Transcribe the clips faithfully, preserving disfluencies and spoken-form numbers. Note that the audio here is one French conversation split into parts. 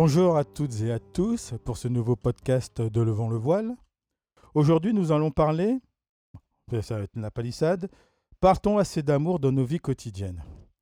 Bonjour à toutes et à tous pour ce nouveau podcast de Levons le voile. Aujourd'hui, nous allons parler, ça va être la palissade, partons assez d'amour dans nos vies quotidiennes.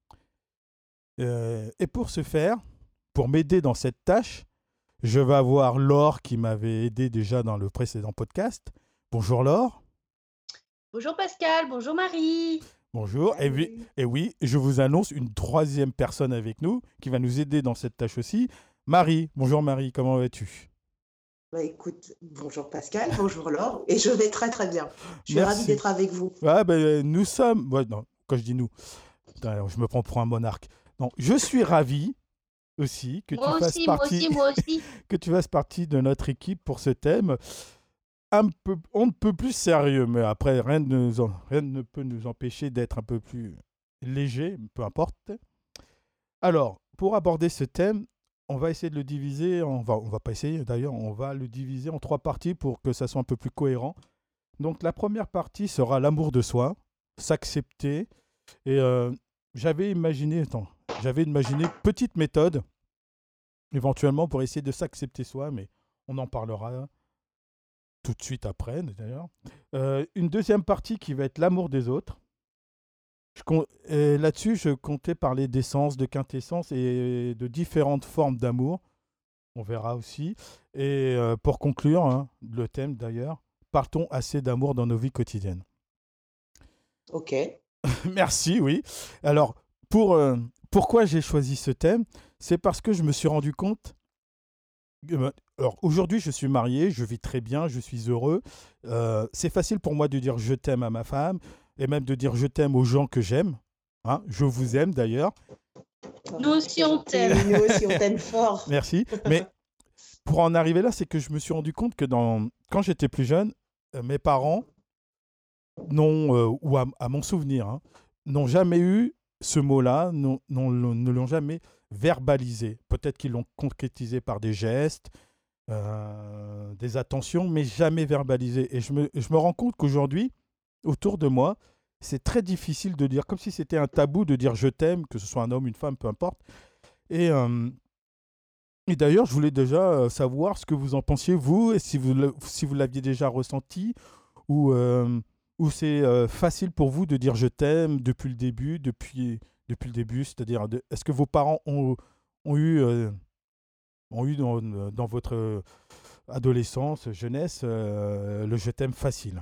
Euh, et pour ce faire, pour m'aider dans cette tâche, je vais avoir Laure qui m'avait aidé déjà dans le précédent podcast. Bonjour Laure. Bonjour Pascal, bonjour Marie. Bonjour. Et oui, et oui, je vous annonce une troisième personne avec nous qui va nous aider dans cette tâche aussi. Marie. Bonjour Marie, comment vas-tu ? Bah écoute, bonjour Pascal, bonjour Laure, et je vais très très bien. Je suis Merci. ravie d'être avec vous. Ah ben, nous sommes... Ouais, non, quand je dis nous, putain, je me prends pour un monarque. Non, je suis ravi aussi que Moi tu fasses aussi, moi partie, aussi, moi aussi. que tu fasses partie de notre équipe pour ce thème. Un peu, on ne peut plus sérieux, mais après, rien ne, nous en- rien ne peut nous empêcher d'être un peu plus léger, peu importe. Alors, pour aborder ce thème, on va essayer de le diviser, on va, on va pas essayer d'ailleurs, on va le diviser en trois parties pour que ça soit un peu plus cohérent. Donc la première partie sera l'amour de soi, s'accepter. Et euh, j'avais imaginé, attends, j'avais imaginé petite méthode, éventuellement pour essayer de s'accepter soi, mais on en parlera tout de suite après d'ailleurs. Euh, une deuxième partie qui va être l'amour des autres. Je com- et là-dessus, je comptais parler d'essence, de quintessence et de différentes formes d'amour. On verra aussi. Et euh, pour conclure, hein, le thème d'ailleurs, partons assez d'amour dans nos vies quotidiennes. Ok. Merci, oui. Alors, pour, euh, pourquoi j'ai choisi ce thème? C'est parce que je me suis rendu compte. euh, alors, aujourd'hui, je suis marié, je vis très bien, je suis heureux. Euh, c'est facile pour moi de dire je t'aime à ma femme et même de dire je t'aime aux gens que j'aime. Hein, je vous aime d'ailleurs. Nous aussi, on t'aime. Nous aussi, on t'aime fort. Merci. Mais pour en arriver là, c'est que je me suis rendu compte que dans, quand j'étais plus jeune, euh, mes parents n'ont, euh, ou à, à mon souvenir, hein, n'ont jamais eu ce mot-là, n'ont- n'ont- ne l'ont jamais verbalisé. Peut-être qu'ils l'ont concrétisé par des gestes, euh, des attentions, mais jamais verbalisé. Et je me, je me rends compte qu'aujourd'hui, autour de moi, c'est très difficile de dire, comme si c'était un tabou de dire je t'aime, que ce soit un homme, une femme, peu importe. Et, euh, et d'ailleurs, je voulais déjà euh, savoir ce que vous en pensiez, vous, et si vous, le- si vous l'aviez déjà ressenti, ou, euh, ou c'est euh, facile pour vous de dire je t'aime depuis le début, depuis, depuis le début, c'est-à-dire, de- est-ce que vos parents ont, ont eu, euh, ont eu dans, dans votre euh, adolescence, jeunesse, euh, le je t'aime facile?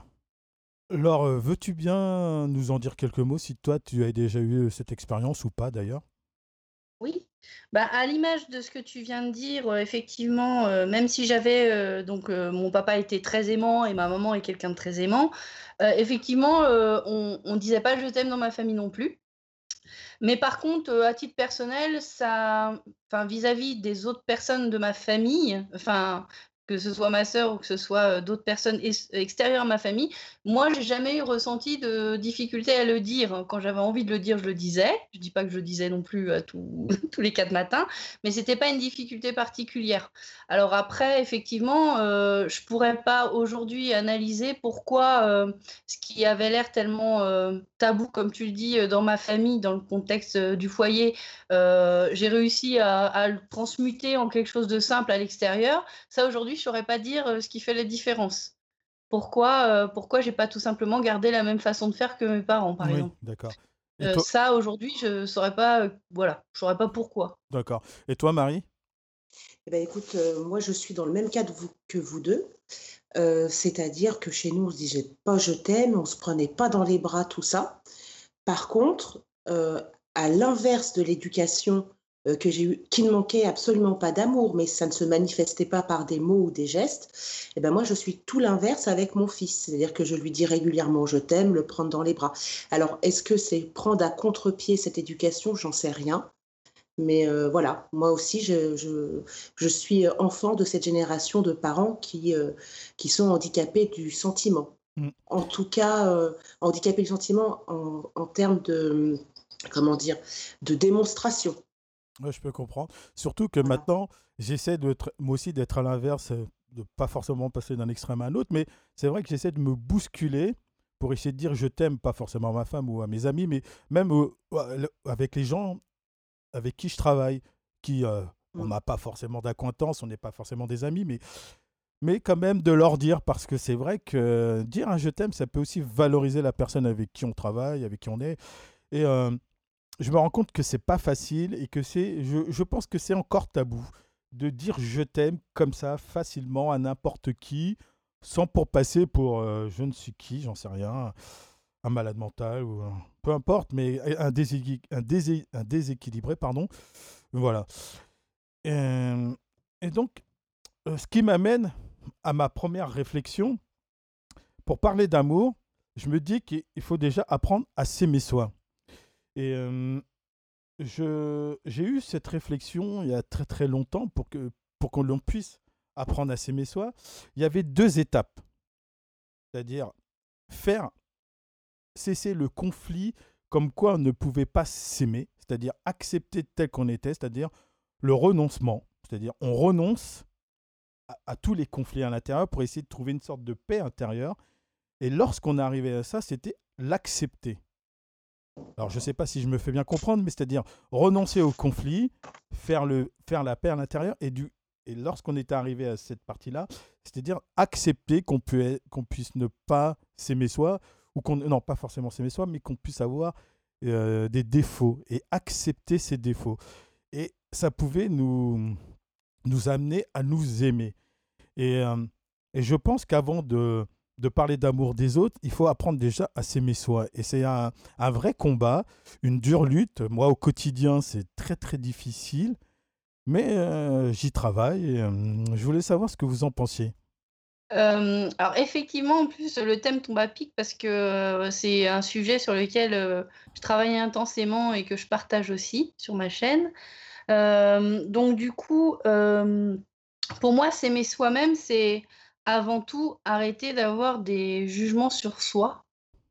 Alors, euh, veux-tu bien nous en dire quelques mots si toi tu as déjà eu cette expérience ou pas d'ailleurs? Oui. Bah, à l'image de ce que tu viens de dire, euh, effectivement, euh, même si j'avais euh, donc euh, mon papa était très aimant et ma maman est quelqu'un de très aimant, euh, effectivement, euh, on, on disait pas je t'aime dans ma famille non plus. Mais par contre, euh, à titre personnel, ça, enfin, vis-à-vis des autres personnes de ma famille, enfin, que ce soit ma sœur ou que ce soit euh, d'autres personnes ex- extérieures à ma famille, moi, j'ai jamais eu ressenti de difficulté à le dire. Quand j'avais envie de le dire, je le disais. Je dis pas que je le disais non plus à tous tous les quatre matins, mais c'était pas une difficulté particulière. Alors après, effectivement, euh, je pourrais pas aujourd'hui analyser pourquoi euh, ce qui avait l'air tellement euh, tabou, comme tu le dis, euh, dans ma famille, dans le contexte euh, du foyer, euh, j'ai réussi à, à le transmuter en quelque chose de simple à l'extérieur. Ça, aujourd'hui, je ne saurais pas dire euh, ce qui fait la différence. Pourquoi, euh, pourquoi j'ai pas tout simplement gardé la même façon de faire que mes parents, par Oui, exemple. d'accord. Et Euh, toi, ça, aujourd'hui, je ne saurais pas, euh, voilà, je saurais pas pourquoi. d'accord. Et toi, Marie? Eh ben, écoute, euh, moi je suis dans le même cas de vous- que vous deux. Euh, c'est-à-dire que chez nous, on se disait pas je t'aime, on se prenait pas dans les bras, tout ça. Par contre, euh, à l'inverse de l'éducation euh, que j'ai eue, qui ne manquait absolument pas d'amour, mais ça ne se manifestait pas par des mots ou des gestes, eh ben moi je suis tout l'inverse avec mon fils. C'est-à-dire que je lui dis régulièrement je t'aime, le prendre dans les bras. Alors, est-ce que c'est prendre à contre-pied cette éducation? J'en sais rien. Mais euh, voilà, moi aussi, je, je, je suis enfant de cette génération de parents qui, euh, qui sont handicapés du sentiment. Mm. En tout cas, euh, handicapés du sentiment en, en termes de, comment dire, de démonstration. Ouais, je peux comprendre. Surtout que Voilà. maintenant, j'essaie de, tr- moi aussi d'être à l'inverse, euh, de pas forcément passer d'un extrême à un autre, mais c'est vrai que j'essaie de me bousculer pour essayer de dire je t'aime, pas forcément à ma femme ou à mes amis, mais même euh, ouais, le- avec les gens avec qui je travaille, qui, euh, on Mm. n'a pas forcément d'acquaintance, on n'est pas forcément des amis, mais, mais quand même de leur dire, parce que c'est vrai que dire un je t'aime, ça peut aussi valoriser la personne avec qui on travaille, avec qui on est. Et euh, je me rends compte que c'est pas facile et que c'est, je, je pense que c'est encore tabou de dire je t'aime comme ça facilement à n'importe qui, sans pour passer pour euh, je ne sais qui, j'en sais rien, un malade mental ou un- peu importe, mais un, déséqui- un, désé- un déséquilibré, pardon. Voilà. Euh, et donc, euh, ce qui m'amène à ma première réflexion, pour parler d'amour, je me dis qu'il faut déjà apprendre à s'aimer soi. Et euh, je, j'ai eu cette réflexion il y a très très longtemps pour que pour qu'on l'on puisse apprendre à s'aimer soi. Il y avait deux étapes, c'est-à-dire faire cesser le conflit comme quoi on ne pouvait pas s'aimer, c'est-à-dire accepter tel qu'on était, c'est-à-dire le renoncement, c'est-à-dire on renonce à, à tous les conflits à l'intérieur pour essayer de trouver une sorte de paix intérieure. Et lorsqu'on est arrivé à ça, c'était l'accepter. Alors, je ne sais pas si je me fais bien comprendre, mais c'est-à-dire renoncer au conflit, faire, le, faire la paix à l'intérieur, et, du, et lorsqu'on est arrivé à cette partie-là, c'est-à-dire accepter qu'on, peut, qu'on puisse ne pas s'aimer soi, ou qu'on, non, pas forcément s'aimer soi, mais qu'on puisse avoir euh, des défauts, et accepter ces défauts. Et ça pouvait nous, nous amener à nous aimer. Et, euh, et je pense qu'avant de, de parler d'amour des autres, il faut apprendre déjà à s'aimer soi. Et c'est un, un vrai combat, une dure lutte. Moi, au quotidien, c'est très, très difficile. Mais euh, j'y travaille. Et, euh, je voulais savoir ce que vous en pensiez. Euh, alors effectivement, en plus, le thème tombe à pic parce que euh, c'est un sujet sur lequel euh, je travaille intensément et que je partage aussi sur ma chaîne. Euh, donc du coup, euh, pour moi, s'aimer soi-même, c'est avant tout arrêter d'avoir des jugements sur soi.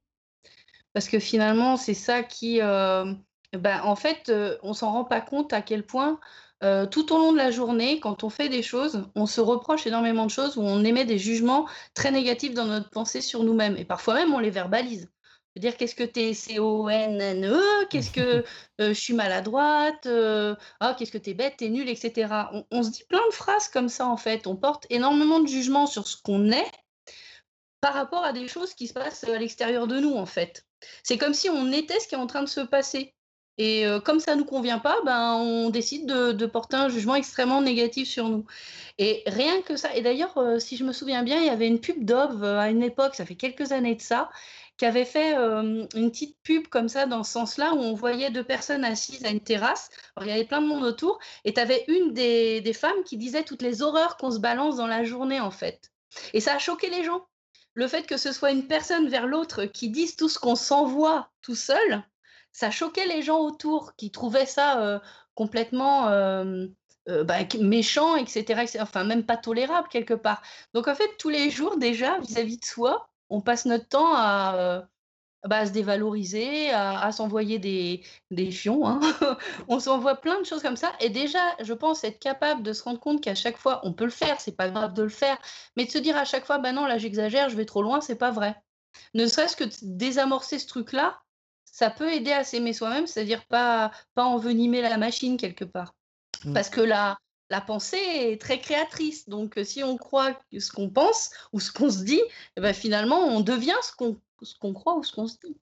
Parce que finalement, c'est ça qui, euh, ben, en fait, euh, on s'en rend pas compte à quel point, euh, tout au long de la journée, quand on fait des choses, on se reproche énormément de choses ou on émet des jugements très négatifs dans notre pensée sur nous-mêmes. Et parfois même, on les verbalise. C'est-à-dire, qu'est-ce que t'es C O N N E, qu'est-ce que euh, je suis maladroite, euh, ah, qu'est-ce que t'es bête, t'es nulle, et cetera. On, on se dit plein de phrases comme ça, en fait. On porte énormément de jugements sur ce qu'on est par rapport à des choses qui se passent à l'extérieur de nous, en fait. C'est comme si on était ce qui est en train de se passer. Et euh, comme ça ne nous convient pas, ben, on décide de, de porter un jugement extrêmement négatif sur nous. Et rien que ça. Et d'ailleurs, euh, si je me souviens bien, il y avait une pub Dove euh, à une époque, ça fait quelques années de ça, qui avait fait euh, une petite pub comme ça, dans ce sens-là, où on voyait deux personnes assises à une terrasse. Alors, il y avait plein de monde autour. Et tu avais une des, des femmes qui disait toutes les horreurs qu'on se balance dans la journée, en fait. Et ça a choqué les gens. Le fait que ce soit une personne vers l'autre qui dise tout ce qu'on s'envoie tout seul, ça choquait les gens autour qui trouvaient ça euh, complètement euh, euh, bah, méchant, et cetera, et cetera. Enfin, même pas tolérable quelque part. Donc en fait, tous les jours déjà, vis-à-vis de soi, on passe notre temps à, euh, bah, à se dévaloriser, à, à s'envoyer des, des fions. Hein. On s'envoie plein de choses comme ça. Et déjà, je pense être capable de se rendre compte qu'à chaque fois, on peut le faire, c'est pas grave de le faire, mais de se dire à chaque fois, bah non, là j'exagère, je vais trop loin, c'est pas vrai. Ne serait-ce que de désamorcer ce truc-là, ça peut aider à s'aimer soi-même, c'est-à-dire pas, pas envenimer la machine quelque part. Mm. Parce que la, la pensée est très créatrice. Donc, euh, si on croit ce qu'on pense ou ce qu'on se dit, eh ben, finalement, on devient ce qu'on ce qu'on croit ou ce qu'on se dit.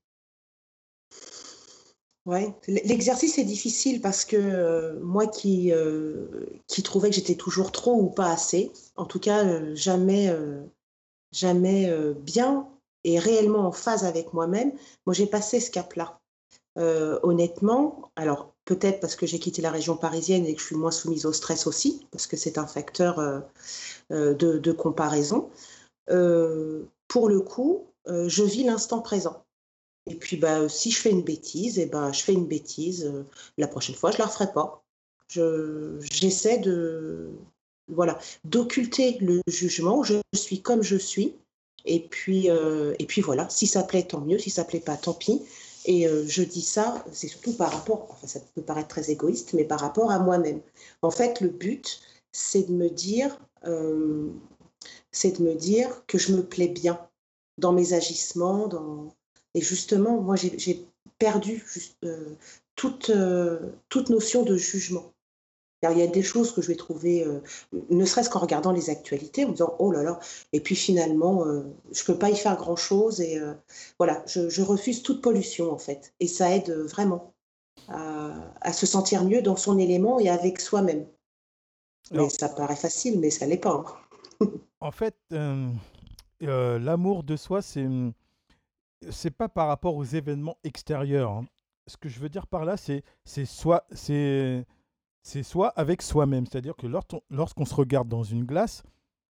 Ouais, L- l'exercice est difficile parce que euh, moi qui, euh, qui trouvais que j'étais toujours trop ou pas assez, en tout cas euh, jamais, euh, jamais euh, bien et réellement en phase avec moi-même, moi j'ai passé ce cap-là. Euh, honnêtement, alors peut-être parce que j'ai quitté la région parisienne et que je suis moins soumise au stress aussi, parce que c'est un facteur euh, euh, de, de comparaison. Euh, pour le coup, euh, je vis l'instant présent. Et puis, bah, si je fais une bêtise, et ben, je fais une bêtise. euh, La prochaine fois, je ne la referai pas. Je, j'essaie de, voilà, d'occulter le jugement. Je suis comme je suis. Et puis, euh, et puis voilà, si ça plaît, tant mieux. Si ça plaît pas, tant pis. Et euh, je dis ça, c'est surtout par rapport, enfin ça peut paraître très égoïste, mais par rapport à moi-même. En fait, le but, c'est de me dire, euh, c'est de me dire que je me plais bien dans mes agissements, dans... et justement, moi, j'ai, j'ai perdu juste, euh, toute, euh, toute notion de jugement. Alors, il y a des choses que je vais trouver, heu, ne serait-ce qu'en regardant les actualités, en me disant: «Oh là là» et puis finalement, heu, je peux pas y faire grand-chose et heu, voilà, je je refuse toute pollution, en fait et ça aide, heu, vraiment à à se sentir mieux dans son élément et avec soi-même. Mais Alors, ça paraît facile, mais ça l'est pas, hein. en fait, hem, heu, l'amour de soi, c'est, mmh, c'est pas par rapport aux événements extérieurs, hein. Ce que je veux dire par là, c'est c'est soi c'est c'est soi avec soi-même. C'est-à-dire que lorsqu'on lorsqu'on se regarde dans une glace,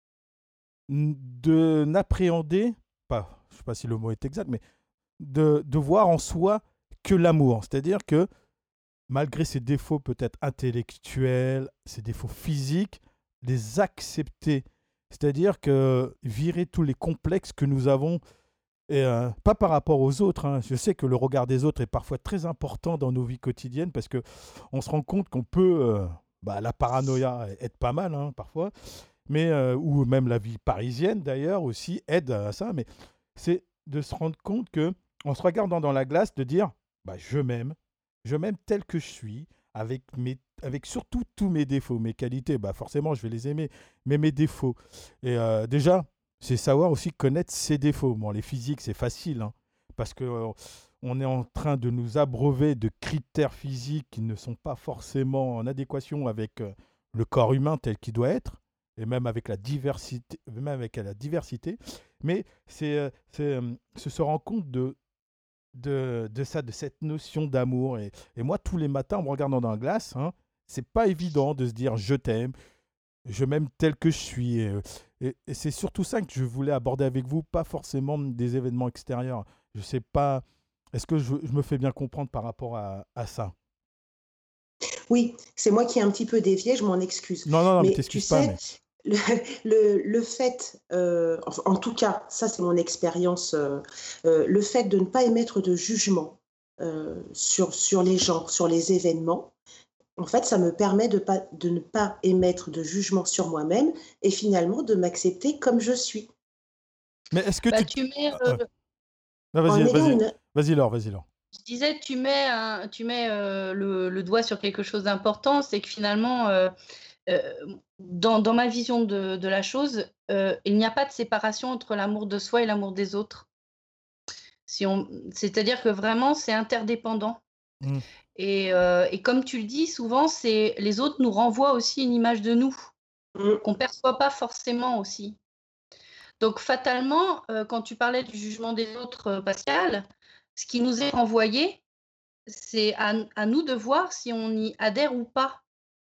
n de n'appréhender pas, je sais pas si le mot est exact, mais de de voir en soi que l'amour. C'est-à-dire que malgré ses défauts peut-être intellectuels, ses défauts physiques, les accepter. C'est-à-dire que virer tous les complexes que nous avons, et euh, pas par rapport aux autres, hein. Je sais que le regard des autres est parfois très important dans nos vies quotidiennes parce que on se rend compte qu'on peut, euh, bah, la paranoïa aide pas mal, hein, parfois, mais euh, ou même la vie parisienne d'ailleurs aussi aide à ça. Mais c'est de se rendre compte que en se regardant dans la glace, de dire, bah, je m'aime, je m'aime tel que je suis, avec mes, avec surtout tous mes défauts, mes qualités. Bah forcément, je vais les aimer, mais mes défauts. Et euh, déjà, c'est savoir aussi connaître ses défauts. Bon, les physiques, c'est facile, hein, parce que euh, on est en train de nous abreuver de critères physiques qui ne sont pas forcément en adéquation avec euh, le corps humain tel qu'il doit être, et même avec la diversité, même avec la diversité. Mais c'est, euh, c'est euh, se se rend compte de, de, de ça, de cette notion d'amour. Et, et moi, tous les matins, en me regardant dans la glace, hein, c'est pas évident de se dire je t'aime, je m'aime tel que je suis. Et, et- et c'est surtout ça que je voulais aborder avec vous, pas forcément des événements extérieurs. Je sais pas, est-ce que je, je me fais bien comprendre par rapport à, à ça? Oui, c'est moi qui ai un petit peu dévié, je m'en excuse. Non, non, non, mais Mais tu t'excuses pas, sais, mais. le le le fait, heu, enfin, en tout cas, ça c'est mon expérience, heu heu, le fait de ne pas émettre de jugement, heu, sur sur les gens, sur les événements, en fait, ça me permet de pas de ne pas émettre de jugement sur moi-même et finalement de m'accepter comme je suis. Mais est-ce que Bah, tu. tu mets, Ah, heu, ah. Non, En vas-y, ayant vas-y. une Vas-y, Laure, vas-y, Laure. je disais, tu mets un tu mets, heu, le le doigt sur quelque chose d'important, c'est que finalement, heu heu, dans dans ma vision de de la chose, heu, il n'y a pas de séparation entre l'amour de soi et l'amour des autres. Si on C'est-à-dire que vraiment c'est interdépendant Hmm. et heu et comme tu le dis souvent, c'est les autres nous renvoient aussi une image de nous, mmh, qu'on perçoit pas forcément aussi. Donc fatalement, heu, quand tu parlais du jugement des autres, heu, Pascal, ce qui nous est renvoyé, c'est à n à nous de voir si on y adhère ou pas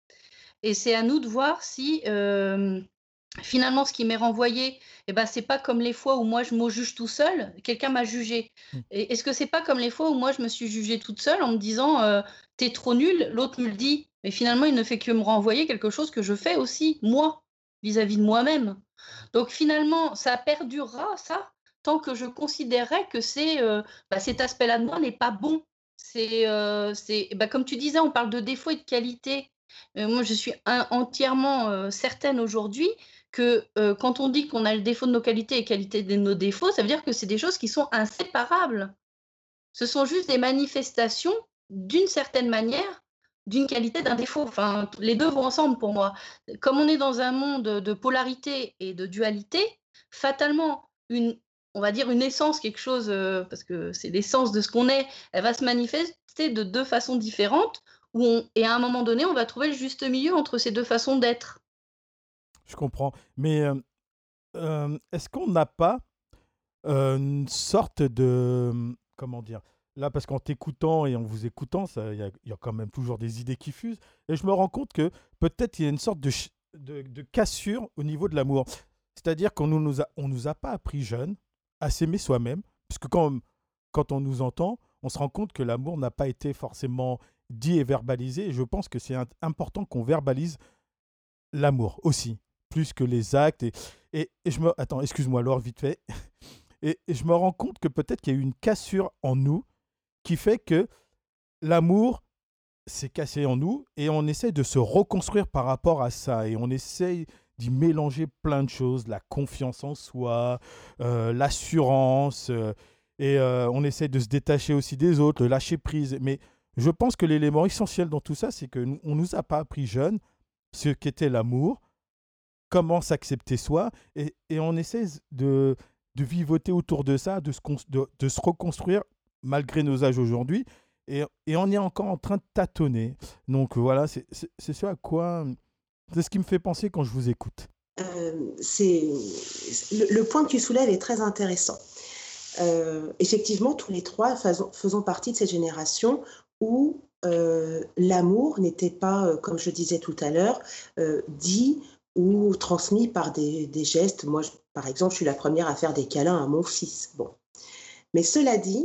et c'est à nous de voir si, hem, finalement ce qui m'est renvoyé et ben, c'est pas comme les fois où moi je me juge tout seul, quelqu'un m'a jugé. Hmm. Et est-ce que c'est pas comme les fois où moi je me suis jugée toute seule en me disant, heu: «Tu trop nul», l'autre me le dit, mais finalement il ne fait que me renvoyer quelque chose que je fais aussi, moi, vis-à-vis de moi-même. Donc finalement, ça perdurera ça, tant que je considérerai que c'est, heu, bah, cet aspect-là de moi n'est pas bon. C'est, heu, c'est bah, comme tu disais, on parle de défauts et de qualités. Heu, moi je suis in entièrement, heu, certaine aujourd'hui que, heu, quand on dit qu'on a le défaut de nos qualités et qualité de nos défauts, ça veut dire que c'est des choses qui sont inséparables. Ce sont juste des manifestations, d'une certaine manière, d'une qualité, d'un défaut. Enfin, les deux vont ensemble pour moi. Comme on est dans un monde de polarité et de dualité, fatalement, une on va dire une essence, quelque chose, heu, parce que c'est l'essence de ce qu'on est, elle va se manifester de deux façons différentes où on et à un moment donné, on va trouver le juste milieu entre ces deux façons d'être. Je comprends. Mais euh, euh, est-ce qu'on n'a pas euh, une sorte de. hum, Comment dire? Là, parce qu'en t'écoutant et en vous écoutant, ça, il y, a il y a quand même toujours des idées qui fusent. Et je me rends compte que peut-être il y a une sorte de, ch- de, de cassure au niveau de l'amour. C'est-à-dire qu'on ne nous a, on nous a pas appris jeunes à s'aimer soi-même. Puisque quand, quand on nous entend, on se rend compte que l'amour n'a pas été forcément dit et verbalisé. Et je pense que c'est un- important qu'on verbalise l'amour aussi, plus que les actes. Et, et, et je me. Attends, excuse-moi, Laure, vite fait. Et, et je me rends compte que peut-être qu'il y a eu une cassure en nous qui fait que l'amour s'est cassé en nous et on essaie de se reconstruire par rapport à ça. Et on essaie d'y mélanger plein de choses, la confiance en soi, euh, l'assurance, euh, et euh, on essaie de se détacher aussi des autres, le lâcher prise. Mais je pense que l'élément essentiel dans tout ça, c'est qu'on ne nous a pas appris jeunes ce qu'était l'amour, comment s'accepter soi, et, et on essaie de, de vivoter autour de ça, de se, cons- de, de se reconstruire malgré nos âges aujourd'hui, et, et on est encore en train de tâtonner. Donc voilà, c'est c'est- c'est ce à quoi, c'est ce qui me fait penser quand je vous écoute. Euh, c'est, le, le point que tu soulèves est très intéressant. Euh, effectivement, tous les trois faisons, faisons partie de cette génération où euh, l'amour n'était pas, euh, comme je disais tout à l'heure, euh, dit ou transmis par des, des gestes. Moi, je- par exemple, je suis la première à faire des câlins à mon fils. Bon. Mais cela dit,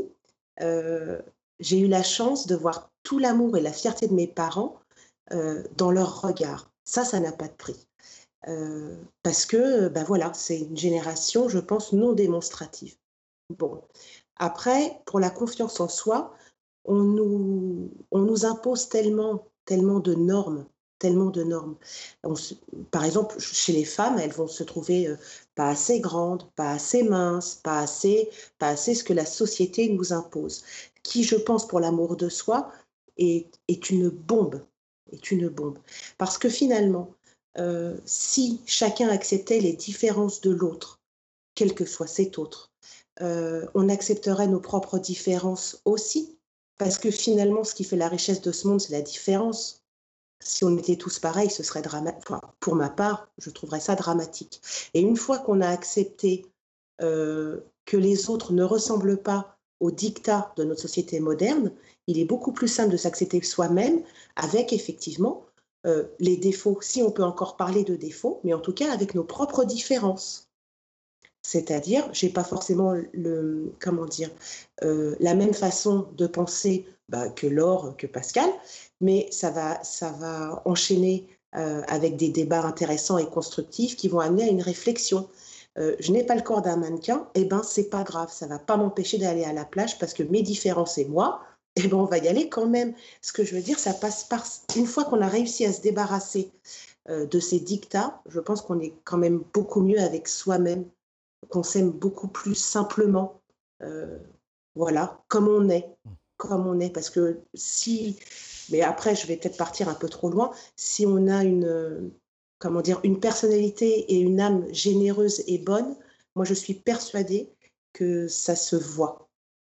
euh, j'ai eu la chance de voir tout l'amour et la fierté de mes parents euh, dans leur regard. Ça, ça n'a pas de prix. Euh, parce que, ben voilà, c'est une génération, je pense, non démonstrative. Bon. Après, pour la confiance en soi, on nous, on nous impose tellement, tellement de normes, tellement de normes. On se- par exemple, chez les femmes, elles vont se trouver euh, pas assez grandes, pas assez minces, pas assez, pas assez ce que la société nous impose. Qui, je pense, pour l'amour de soi, est, est une bombe, est une bombe. Parce que finalement, euh, si chacun acceptait les différences de l'autre, quel que soit cet autre, euh, on accepterait nos propres différences aussi, parce que finalement, ce qui fait la richesse de ce monde, c'est la différence. Si on était tous pareils, ce serait dramatique. Enfin, pour ma part, je trouverais ça dramatique. Et une fois qu'on a accepté euh, que les autres ne ressemblent pas aux dictats de notre société moderne, il est beaucoup plus simple de s'accepter soi-même avec effectivement euh, les défauts, si on peut encore parler de défauts, mais en tout cas avec nos propres différences. C'est-à-dire, j'ai pas forcément le, comment dire, euh, la même façon de penser bah, que Laure, que Pascal, mais ça va, ça va enchaîner euh, avec des débats intéressants et constructifs qui vont amener à une réflexion. Euh, je n'ai pas le corps d'un mannequin, eh ben c'est pas grave, ça va pas m'empêcher d'aller à la plage parce que mes différences et moi, eh ben on va y aller quand même. Ce que je veux dire, ça passe par une fois qu'on a réussi à se débarrasser euh, de ces dictats, je pense qu'on est quand même beaucoup mieux avec soi-même, qu'on s'aime beaucoup plus simplement, euh, voilà, comme on est, comme on est, parce que si, mais après je vais peut-être partir un peu trop loin, si on a une, euh, comment dire, une personnalité et une âme généreuse et bonne, moi je suis persuadée que ça se voit.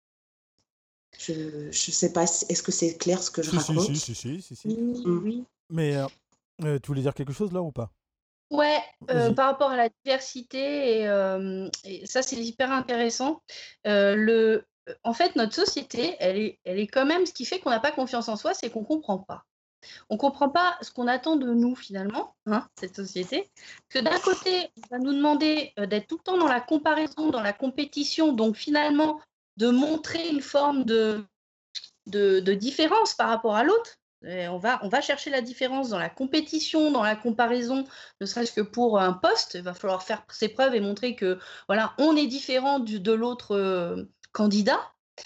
Je ne sais pas, est-ce que c'est clair ce que je Si, si, si, raconte? si, si, si, si. Oui, Mm. oui. Mais euh, euh, tu voulais dire quelque chose là ou pas? Ouais, euh, Vas-y. par rapport à la diversité, et, euh, et ça c'est hyper intéressant. Euh, le, en fait, notre société, elle est, elle est quand même, ce qui fait qu'on n'a pas confiance en soi, c'est qu'on ne comprend pas. On ne comprend pas ce qu'on attend de nous finalement, hein, cette société. Que d'un côté, on va nous demander euh, d'être tout le temps dans la comparaison, dans la compétition, donc finalement de montrer une forme de, de, de différence par rapport à l'autre. Et on va, on va chercher la différence dans la compétition, dans la comparaison, ne serait-ce que pour un poste. Il va falloir faire ses preuves et montrer que voilà, on est différent du, de l'autre euh, candidat.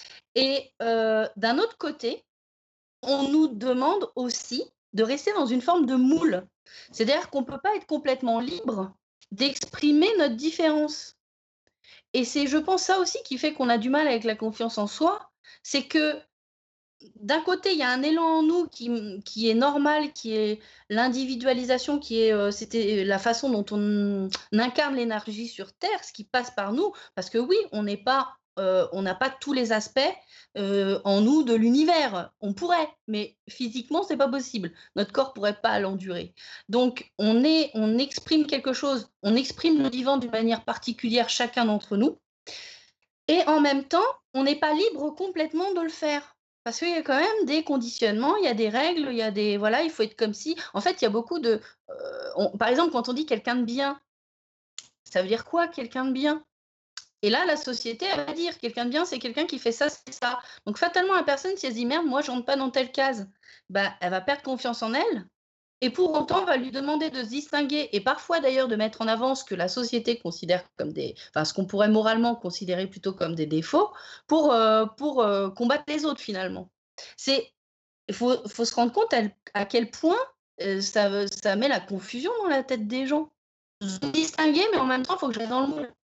Et euh, d'un autre côté, on nous demande aussi de rester dans une forme de moule. C'est-à-dire qu'on ne peut pas être complètement libre d'exprimer notre différence. Et c'est, je pense, ça aussi qui fait qu'on a du mal avec la confiance en soi. C'est que d'un côté, il y a un élan en nous qui, qui est normal, qui est l'individualisation, qui est euh, c'était la façon dont on incarne l'énergie sur Terre, ce qui passe par nous. Parce que oui, on n'est pas, euh, on n'a pas tous les aspects euh, en nous de l'univers. On pourrait, mais physiquement, c'est pas possible. Notre corps pourrait pas l'endurer. Donc, on est, on exprime quelque chose, on exprime le vivant d'une manière particulière, chacun d'entre nous. Et en même temps, on n'est pas libre complètement de le faire. Parce qu'il y a quand même des conditionnements, il y a des règles, il y a des. Voilà, il faut être comme si. En fait, il y a beaucoup de. euh, on- par exemple, quand on dit quelqu'un de bien, ça veut dire quoi, quelqu'un de bien? Et là, la société, elle va dire quelqu'un de bien, c'est quelqu'un qui fait ça, c'est ça. Donc, fatalement, la personne, si elle se dit merde, moi, je rentre pas dans telle case, bah, elle va perdre confiance en elle. Et pour autant, on va lui demander de se distinguer et parfois d'ailleurs de mettre en avant ce que la société considère comme des, enfin ce qu'on pourrait moralement considérer plutôt comme des défauts pour, euh, pour euh, combattre les autres finalement. C'est, il faut, faut se rendre compte à, à quel point euh, ça, ça met la confusion dans la tête des gens. Je veux me distinguer, mais en même temps, il faut que je reste dans le moule.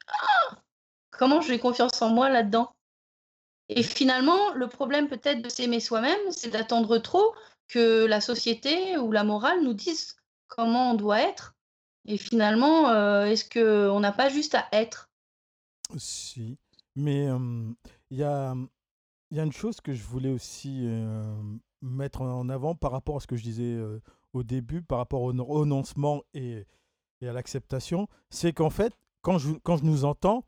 Comment j'ai confiance en moi là-dedans? Et finalement, le problème peut-être de s'aimer soi-même, c'est d'attendre trop que la société ou la morale nous dise comment on doit être. Et finalement, euh, est-ce qu'on n'a pas juste à être? Si. Mais euh, il y a, il y a une chose que je voulais aussi euh, mettre en avant par rapport à ce que je disais euh, au début, par rapport au no- renoncement et, et à l'acceptation, c'est qu'en fait, quand je, quand je nous entends,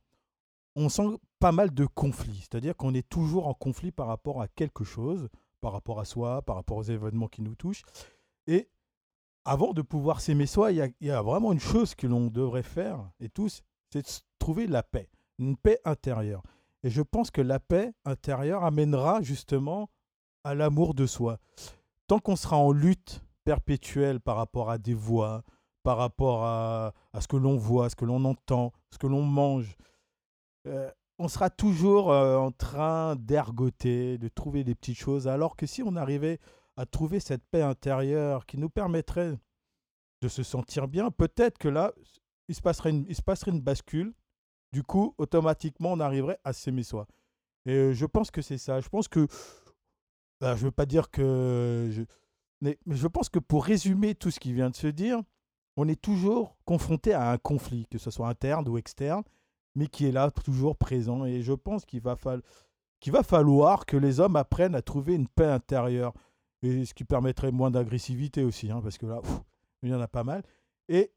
on sent pas mal de conflits. C'est-à-dire qu'on est toujours en conflit par rapport à quelque chose, par rapport à soi, par rapport aux événements qui nous touchent. Et avant de pouvoir s'aimer soi, il y a, il y a vraiment une chose que l'on devrait faire, et tous, c'est de s- trouver la paix, une paix intérieure. Et je pense que la paix intérieure amènera justement à l'amour de soi. Tant qu'on sera en lutte perpétuelle par rapport à des voix, par rapport à, à ce que l'on voit, ce que l'on entend, ce que l'on mange, euh, on sera toujours euh, en train d'ergoter, de trouver des petites choses, alors que si on arrivait à trouver cette paix intérieure qui nous permettrait de se sentir bien, peut-être que là, il se passerait une, il se passerait une bascule. Du coup, automatiquement, on arriverait à s'aimer soi. Et euh, je pense que c'est ça. Je pense que, bah, je veux pas dire que, je, mais, mais je pense que pour résumer tout ce qui vient de se dire, on est toujours confronté à un conflit, que ce soit interne ou externe, mais qui est là, toujours présent. Et je pense qu'il va, fall- qu'il va falloir que les hommes apprennent à trouver une paix intérieure. Et ce qui permettrait moins d'agressivité aussi, hein, parce que là, pff, il y en a pas mal. Et,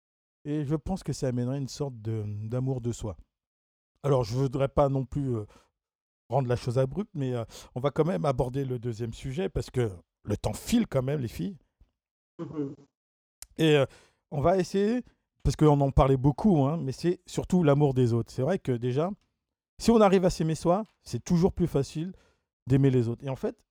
et je pense que ça amènerait une sorte de, d'amour de soi. Alors, je ne voudrais pas non plus euh, rendre la chose abrupte, mais euh, on va quand même aborder le deuxième sujet, parce que le temps file quand même, les filles. Mhm. Et euh, on va essayer, parce qu'on en parlait beaucoup, hein, mais c'est surtout l'amour des autres. C'est vrai que déjà, si on arrive à s'aimer soi, c'est toujours plus facile d'aimer les autres. Et en fait,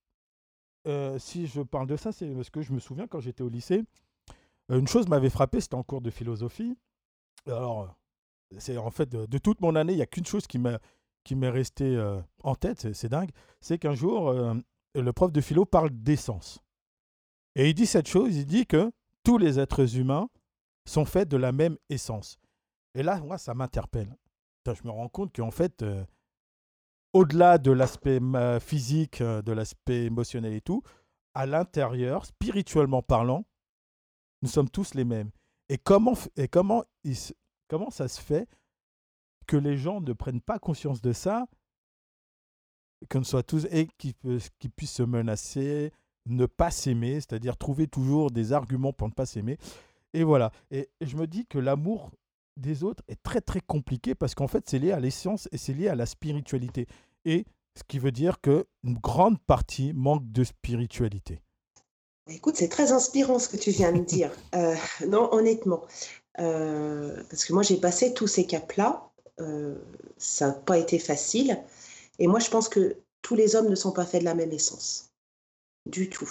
euh, si je parle de ça, c'est parce que je me souviens quand j'étais au lycée, euh, une chose m'avait frappé, c'était en cours de philosophie. Alors, c'est en fait de, de toute mon année, il n'y a qu'une chose qui m'a qui m'est restée euh, en tête, c'est, c'est dingue, c'est qu'un jour, euh, le prof de philo parle d'essence. Et il dit cette chose, il dit que tous les êtres humains sont faits de la même essence. Et là, moi, ça m'interpelle. Putain, je me rends compte qu'en fait, euh, au-delà de l'aspect euh, physique, euh, de l'aspect émotionnel et tout, à l'intérieur, spirituellement parlant, nous sommes tous les mêmes. Et comment, f- et comment, il se- comment ça se fait que les gens ne prennent pas conscience de ça, qu'on soit tous et qu'ils pe- qu'ils puissent se menacer, ne pas s'aimer, c'est-à-dire trouver toujours des arguments pour ne pas s'aimer. Et voilà. Et je me dis que l'amour des autres est très très compliqué parce qu'en fait c'est lié à l'essence et c'est lié à la spiritualité. Et ce qui veut dire qu'une grande partie manque de spiritualité. Écoute, c'est très inspirant ce que tu viens de dire. Euh, non, honnêtement. Euh, parce que moi, j'ai passé tous ces caps-là. Euh, ça n'a pas été facile. Et moi, je pense que tous les hommes ne sont pas faits de la même essence. Du tout.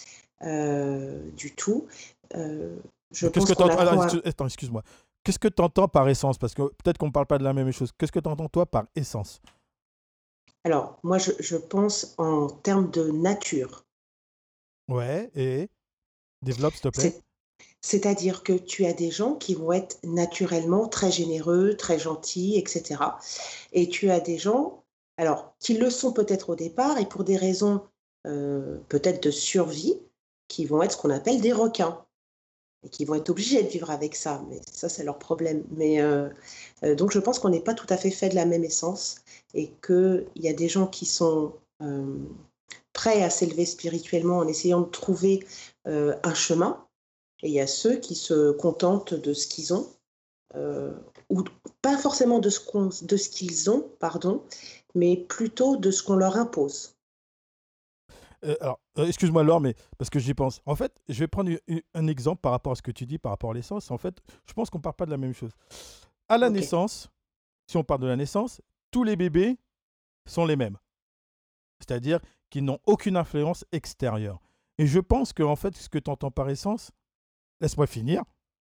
Euh, du tout. Euh, je Mais qu'est-ce pense que tu qu'on entends apprend à... Attends, excuse-moi. Qu'est-ce que tu entends par essence? Parce que peut-être qu'on ne parle pas de la même chose. Qu'est-ce que tu entends toi par essence? Alors, moi, je, je pense en termes de nature. Ouais, et développe s'il te plaît. C'est, c'est-à-dire que tu as des gens qui vont être naturellement très généreux, très gentils, et cetera. Et tu as des gens, alors, qui le sont peut-être au départ et pour des raisons euh, peut-être de survie, qui vont être ce qu'on appelle des requins et qui vont être obligés de vivre avec ça. Mais ça, c'est leur problème. Mais euh, euh, donc, je pense qu'on n'est pas tout à fait fait de la même essence et qu'il y a des gens qui sont euh, prêts à s'élever spirituellement en essayant de trouver euh, un chemin. Et il y a ceux qui se contentent de ce qu'ils ont, euh, ou pas forcément de ce, qu'on, de ce qu'ils ont, pardon, mais plutôt de ce qu'on leur impose. Euh, alors, euh, excuse-moi Laure, mais parce que j'y pense. En fait, je vais prendre u- u- un exemple par rapport à ce que tu dis, par rapport à l'essence. En fait, je pense qu'on ne parle pas de la même chose. À la Ok. naissance, si on parle de la naissance, tous les bébés sont les mêmes. C'est-à-dire qu'ils n'ont aucune influence extérieure. Et je pense que, en fait, ce que tu entends par essence, laisse-moi finir,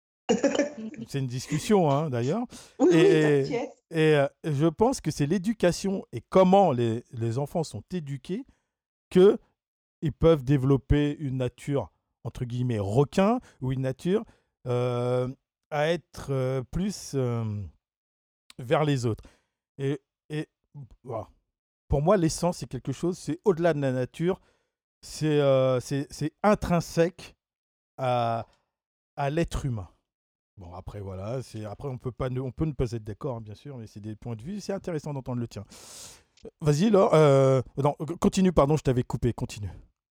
c'est une discussion hein, d'ailleurs, Oui, et, oui, et, t'inquiète. et, euh, je pense que c'est l'éducation et comment les, les enfants sont éduqués que ils peuvent développer une nature, entre guillemets, requin, ou une nature euh, à être euh, plus euh, vers les autres. Et, et voilà. Pour moi, l'essence, c'est quelque chose, c'est au-delà de la nature, c'est euh, c'est c'est intrinsèque à, à l'être humain. Bon, après, voilà, c'est, après, on peut, pas ne, on peut ne pas être d'accord, hein, bien sûr, mais c'est des points de vue. C'est intéressant d'entendre le tien. Vas-y, Laure. Euh, non, continue, pardon, je t'avais coupé. Continue.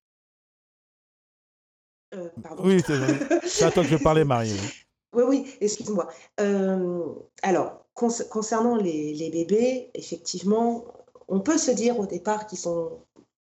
Euh, pardon. Oui, c'est, c'est à toi que je parlais, Marie. Oui, Oui, oui, excuse-moi. Euh, alors, cons concernant les, les bébés, effectivement, on peut se dire au départ qu'ils sont,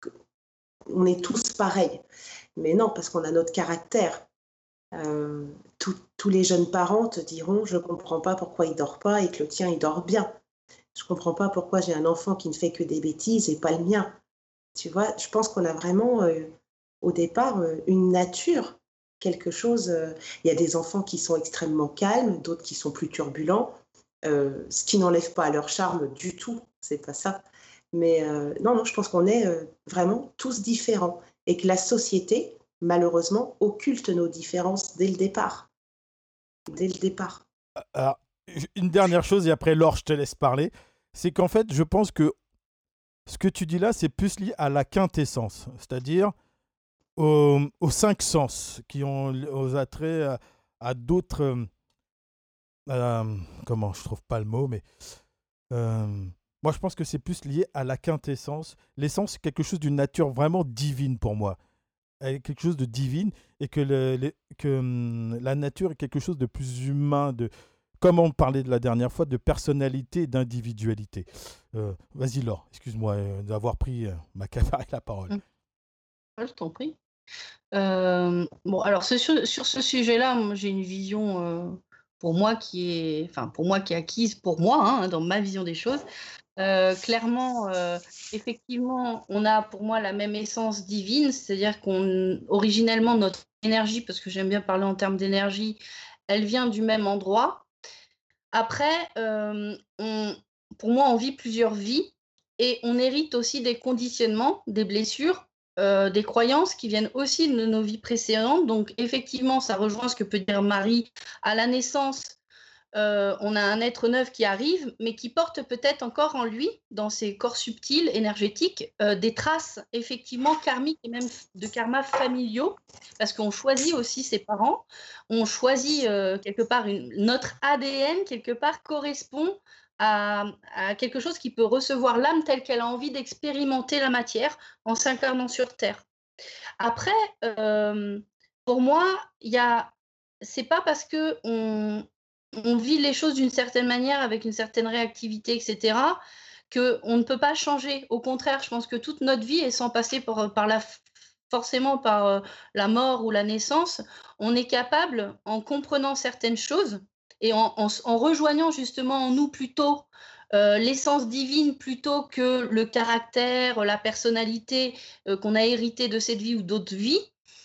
on est tous pareils. Mais non, parce qu'on a notre caractère. Euh, tout, tous les jeunes parents te diront, je ne comprends pas pourquoi il dort pas et que le tien, il dort bien. Je ne comprends pas pourquoi j'ai un enfant qui ne fait que des bêtises et pas le mien. Tu vois, je pense qu'on a vraiment, euh, au départ, euh, une nature, quelque chose. euh, Il y a des enfants qui sont extrêmement calmes, d'autres qui sont plus turbulents, euh, ce qui n'enlève pas leur charme du tout, c'est pas ça. Mais euh, non, non, je pense qu'on est euh, vraiment tous différents et que la société, malheureusement, occulte nos différences dès le départ. Dès le départ. alors, une dernière chose, et après, Laure, je te laisse parler. C'est qu'en fait, je pense que ce que tu dis là, c'est plus lié à la quintessence, c'est-à-dire aux, aux cinq sens qui ont aux attraits à, à d'autres. euh, euh, comment, je trouve pas le mot, mais euh, moi, je pense que c'est plus lié à la quintessence. L'essence, c'est quelque chose d'une nature vraiment divine pour moi. Elle est quelque chose de divine et que, le, le- que hum, la nature est quelque chose de plus humain, de, comme on parlait de la dernière fois, de personnalité et d'individualité. Euh, vas-y, Laure, excuse-moi euh, d'avoir pris euh, ma caméra et la parole. Mmh. Ouais, je t'en prie. Euh, bon, alors ce- sur, sur ce sujet-là, moi, j'ai une vision euh, pour moi qui est, enfin pour moi qui est acquise pour moi, hein, dans ma vision des choses. Euh, clairement, euh, effectivement, on a pour moi la même essence divine, c'est-à-dire qu'on, originellement, notre énergie, parce que j'aime bien parler en termes d'énergie, elle vient du même endroit. Après, euh, on- pour moi, on vit plusieurs vies et on hérite aussi des conditionnements, des blessures, euh, des croyances qui viennent aussi de nos vies précédentes. Donc, effectivement, ça rejoint ce que peut dire Marie. À la naissance, euh, on a un être neuf qui arrive, mais qui porte peut-être encore en lui, dans ses corps subtils, énergétiques, euh, des traces effectivement karmiques et même de karma familiaux, parce qu'on choisit aussi ses parents, on choisit euh, quelque part une, notre A D N quelque part correspond à, à quelque chose qui peut recevoir l'âme telle qu'elle a envie d'expérimenter la matière en s'incarnant sur Terre. Après, euh, pour moi, il y a, c'est pas parce que on, on vit les choses d'une certaine manière, avec une certaine réactivité, et cetera, qu'on ne peut pas changer. Au contraire, je pense que toute notre vie est sans passer par, par la, forcément par euh, la mort ou la naissance. On est capable, en comprenant certaines choses et en, en, en rejoignant justement en nous plutôt euh, l'essence divine plutôt que le caractère, la personnalité euh, qu'on a hérité de cette vie ou d'autres vies.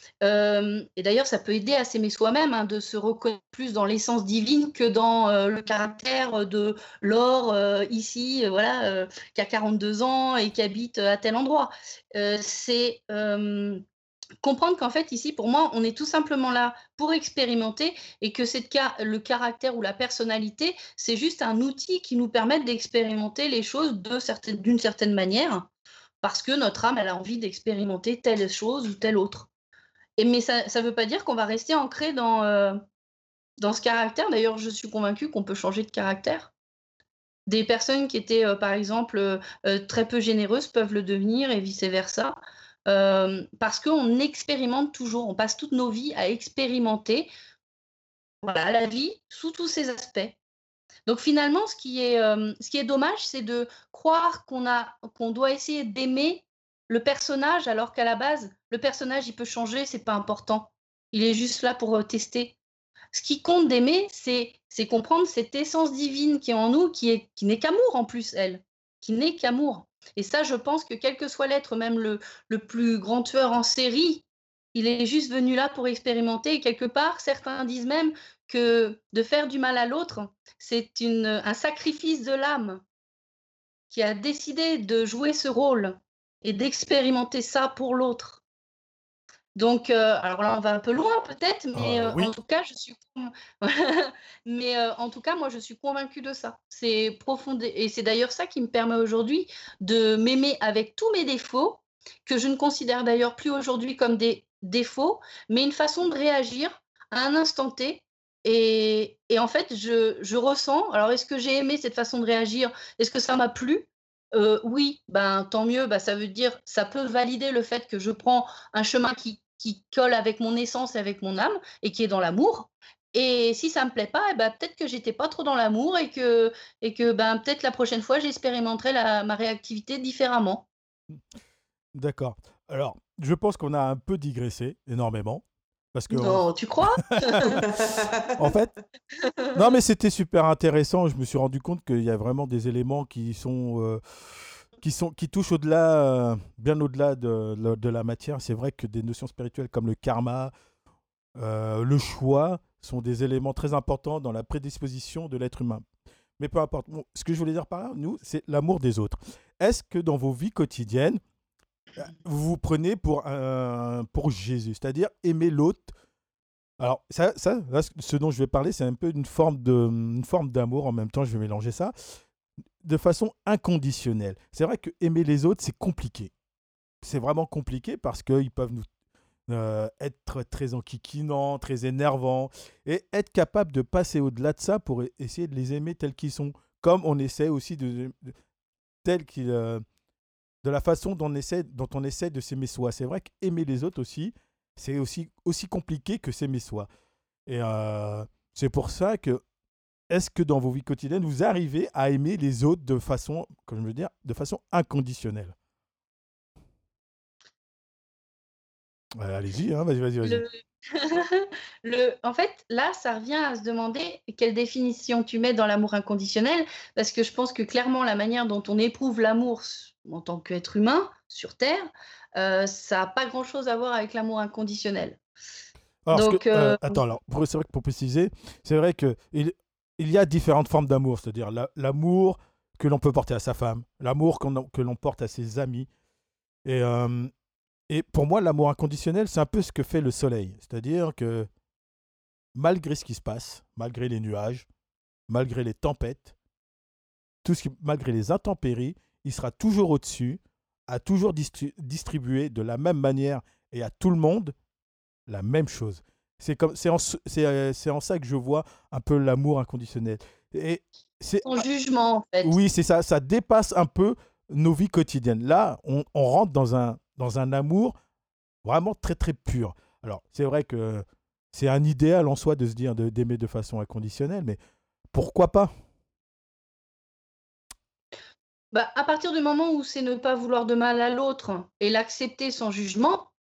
Euh, et d'ailleurs, ça peut aider à s'aimer soi-même, hein, de se reconnaître plus dans l'essence divine que dans euh, le caractère de Laure, euh, ici, euh, voilà, euh, qui a quarante-deux ans et qui habite à tel endroit. Euh, c'est euh, comprendre qu'en fait, ici, pour moi, on est tout simplement là pour expérimenter et que cette ca- le caractère ou la personnalité, c'est juste un outil qui nous permet d'expérimenter les choses de certaine- d'une certaine manière parce que notre âme, elle a envie d'expérimenter telle chose ou telle autre. Et mais ça ne veut pas dire qu'on va rester ancré dans, euh, dans ce caractère. D'ailleurs, je suis convaincue qu'on peut changer de caractère. Des personnes qui étaient, euh, par exemple, euh, euh, très peu généreuses peuvent le devenir et vice-versa. Euh, parce qu'on expérimente toujours, on passe toutes nos vies à expérimenter, voilà, la vie sous tous ses aspects. Donc finalement, ce qui est, euh, ce qui est dommage, c'est de croire qu'on a, qu'on doit essayer d'aimer le personnage, alors qu'à la base, le personnage, il peut changer, c'est pas important. Il est juste là pour euh, tester. Ce qui compte d'aimer, c'est, c'est comprendre cette essence divine qui est en nous, qui est, qui n'est qu'amour en plus, elle, qui n'est qu'amour. Et ça, je pense que quel que soit l'être, même le, le plus grand tueur en série, il est juste venu là pour expérimenter. Et quelque part, certains disent même que de faire du mal à l'autre, c'est une, un sacrifice de l'âme qui a décidé de jouer ce rôle et d'expérimenter ça pour l'autre. Donc, euh, alors là, on va un peu loin peut-être, mais Euh, euh, en oui, tout cas, je suis, mais euh, en tout cas, moi, je suis convaincue de ça. C'est profond, et c'est d'ailleurs ça qui me permet aujourd'hui de m'aimer avec tous mes défauts, que je ne considère d'ailleurs plus aujourd'hui comme des défauts, mais une façon de réagir à un instant T et et en fait, je je ressens alors est-ce que j'ai aimé cette façon de réagir? Est-ce que ça m'a plu? Heu, oui, ben, tant mieux, bah, ça veut dire ça peut valider le fait que je prends un chemin qui qui colle avec mon essence et avec mon âme et qui est dans l'amour et si ça me plaît pas et bah, peut-être que j'étais pas trop dans l'amour et que et que, ben, peut-être la prochaine fois j'expérimenterai la ma réactivité différemment. D'accord. Alors, je pense qu'on a un peu digressé, énormément, parce que on- Non, tu crois? en fait, non, mais c'était super intéressant. Je me suis rendu compte qu'il y a vraiment des éléments qui sont, euh, qui sont, qui touchent au-delà, euh, bien au-delà de, de- de la matière. C'est vrai que des notions spirituelles comme le karma, euh, le choix, sont des éléments très importants dans la prédisposition de l'être humain. Mais peu importe. Bon, ce que je voulais dire par là, nous, c'est l'amour des autres. Est-ce que dans vos vies quotidiennes, euh, vous vous prenez pour, un, pour Jésus, c'est-à-dire aimer l'autre? Alors, ça, ça là, ce dont je vais parler, c'est un peu une forme de, une forme d'amour. En même temps, je vais mélanger ça de façon inconditionnelle. C'est vrai que aimer les autres, c'est compliqué. C'est vraiment compliqué parce qu'ils peuvent nous euh, être très enquiquinants, très énervants, et être capable de passer au-delà de ça pour e- essayer de les aimer tels qu'ils sont, comme on essaie aussi de, de tels qu'ils, euh, de la façon dont on essaie, dont on essaie de s'aimer soi. C'est vrai qu'aimer les autres aussi, c'est aussi, aussi compliqué que s'aimer soi. Et euh, c'est pour ça que, est-ce que dans vos vies quotidiennes, vous arrivez à aimer les autres de façon, comme je veux dire, de façon inconditionnelle? Euh, allez-y, hein, vas-y, vas-y, vas-y. Le le en fait, là, ça revient à se demander quelle définition tu mets dans l'amour inconditionnel, parce que je pense que clairement la manière dont on éprouve l'amour s en tant qu'être humain sur terre, heu, ça a pas grand-chose à voir avec l'amour inconditionnel. Alors, ce que, Donc euh, heu, attends, alors, pour- c'est vrai que pour préciser, c'est vrai que il, il y a différentes formes d'amour, c'est-à-dire la- l'amour que l'on peut porter à sa femme, l'amour qu'on- que l'on porte à ses amis. Et, euh, et pour moi, l'amour inconditionnel, c'est un peu ce que fait le soleil. C'est-à-dire que malgré ce qui se passe, malgré les nuages, malgré les tempêtes, tout ce qui, malgré les intempéries, il sera toujours au-dessus, a toujours distri- distribué de la même manière et à tout le monde la même chose. C'est comme, c'est en, ce- c'est, euh, c'est en ça que je vois un peu l'amour inconditionnel. Et c'est, Sans ah, jugement en fait. oui, c'est ça, ça dépasse un peu nos vies quotidiennes. Là, on, on rentre dans un, dans un amour vraiment très très pur. Alors, c'est vrai que c'est un idéal en soi de se dire de- d'aimer de façon inconditionnelle, mais pourquoi pas? Bah, à partir du moment où c'est ne pas vouloir de mal à l'autre et l'accepter sans jugement,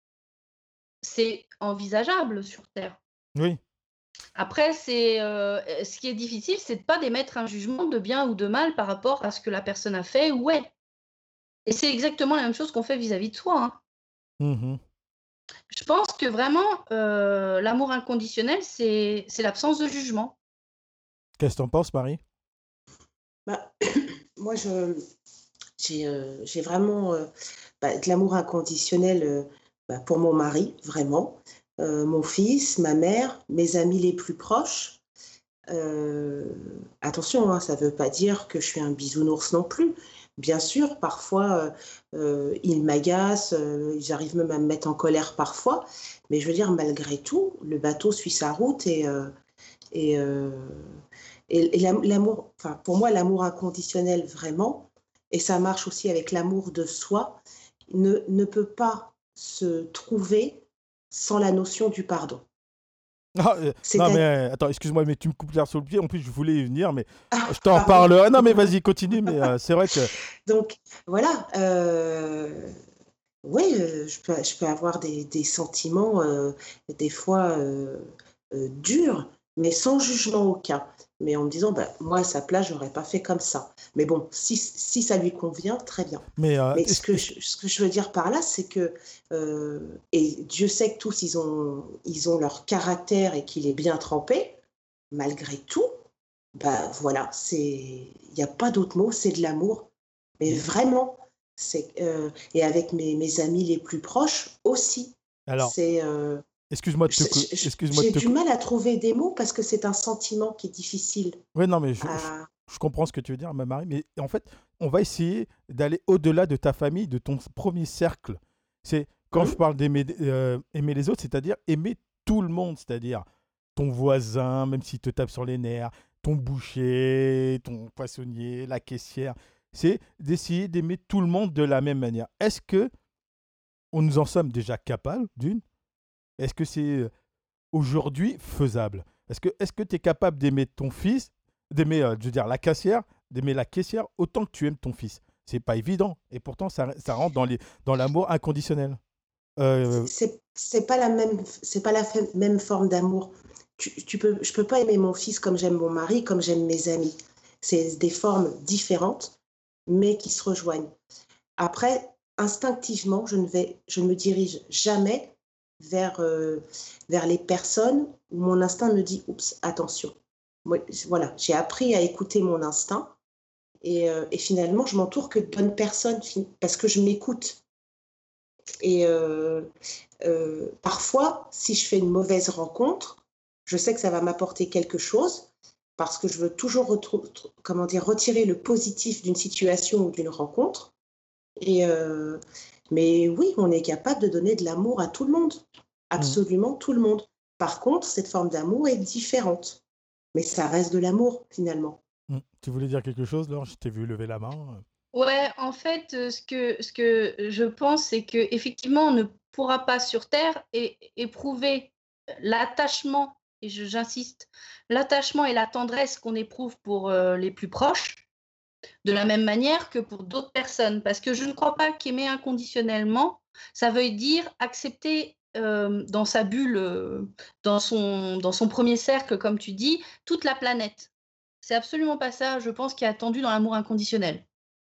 c'est envisageable sur terre. Oui. Après c'est, heu, ce qui est difficile, c'est de pas d'émettre un jugement de bien ou de mal par rapport à ce que la personne a fait ou est. Et c'est exactement la même chose qu'on fait vis-à-vis de soi, hein. Mhm. Je pense que vraiment, heu, l'amour inconditionnel, c'est c'est l'absence de jugement. Qu'est-ce que t'en penses, Marie? Bah, moi, je, j'ai, euh, j'ai vraiment euh, bah, de l'amour inconditionnel euh, bah, pour mon mari, vraiment. Euh, mon fils, ma mère, mes amis les plus proches. Euh, attention, hein, ça ne veut pas dire que je suis un bisounours non plus. Bien sûr, parfois, euh, euh, ils m'agacent, euh, ils arrivent même à me mettre en colère parfois. Mais je veux dire, malgré tout, le bateau suit sa route et, euh, et, euh, et, et l'am- l'amour, enfin, pour moi, l'amour inconditionnel, vraiment, et ça marche aussi avec l'amour de soi, ne, ne peut pas se trouver sans la notion du pardon. Ah, euh, non, mais C'est-à-dire, euh, attends, excuse-moi, mais tu me coupes l'herbe sur le pied. En plus, je voulais y venir, mais ah, je t'en pardon. parlerai. Non, mais vas-y, continue. Mais euh, c'est vrai que. Donc, voilà. Euh, oui, euh, je peux, je peux avoir des, des sentiments, euh, des fois euh, euh, durs, mais sans jugement aucun. Mais en me disant, bah, moi, à sa place, j'aurais pas fait comme ça. Mais bon, si, si ça lui convient, très bien. Mais euh, Mais ce est-ce, que est-ce- je, ce que je veux dire par là, c'est que, euh, et Dieu sait que tous, ils ont, ils ont leur caractère et qu'il est bien trempé, malgré tout, bah voilà, c'est, il n'y a pas d'autre mot, c'est de l'amour. Mais vraiment, c'est, euh, et avec mes, mes amis les plus proches aussi, alors, c'est, euh, excuse-moi de te, je- cou- je- excuse-moi de j'ai te, du cou- mal à trouver des mots parce que c'est un sentiment qui est difficile ouais, non, mais je, je- à... je comprends ce que tu veux dire, ma Marie. Mais en fait, on va essayer d'aller au-delà de ta famille, de ton premier cercle. C'est quand je Hum, parle d'aimer, euh, aimer les autres, c'est-à-dire aimer tout le monde, c'est-à-dire ton voisin, même s'il te tape sur les nerfs, ton boucher, ton poissonnier, la caissière. C'est d'essayer d'aimer tout le monde de la même manière. Est-ce que on nous en sommes déjà capables, d'une? Est-ce que c'est euh, aujourd'hui faisable? Est-ce que est-ce que tu es capable d'aimer ton fils, d'aimer, euh, je veux dire, la caissière, d'aimer la caissière autant que tu aimes ton fils? C'est pas évident. Et pourtant, ça, ça rentre dans les, dans l'amour inconditionnel. Euh, C'est c'est pas la même, c'est pas la fa- même forme d'amour. Tu, tu peux, je peux pas aimer mon fils comme j'aime mon mari, comme j'aime mes amis. C'est des formes différentes, mais qui se rejoignent. Après, instinctivement, je ne vais, je ne me dirige jamais vers, euh, vers les personnes où mon instinct me dit, oups, attention. Moi, voilà, j'ai appris à écouter mon instinct et, euh, et finalement, je m'entoure que de bonnes personnes fin- parce que je m'écoute. Et euh, euh, parfois, si je fais une mauvaise rencontre, je sais que ça va m'apporter quelque chose parce que je veux toujours retrou- tr- comment dire, retirer le positif d'une situation ou d'une rencontre. Et euh, mais oui, on est capable de donner de l'amour à tout le monde, mm, absolument tout le monde. Par contre, cette forme d'amour est différente, mais ça reste de l'amour finalement. mm. Tu voulais dire quelque chose, Laure? Je t'ai vu lever la main. Ouais, en fait, euh, ce que, ce que je pense, c'est que effectivement, on ne pourra pas sur Terre é- éprouver l'attachement, et je- j'insiste, l'attachement et la tendresse qu'on éprouve pour euh, les plus proches, de la même manière que pour d'autres personnes. Parce que je ne crois pas qu'aimer inconditionnellement, ça veut dire accepter euh, dans sa bulle, euh, dans son, dans son premier cercle, comme tu dis, toute la planète. C'est absolument pas ça, je pense, qui est attendu dans l'amour inconditionnel.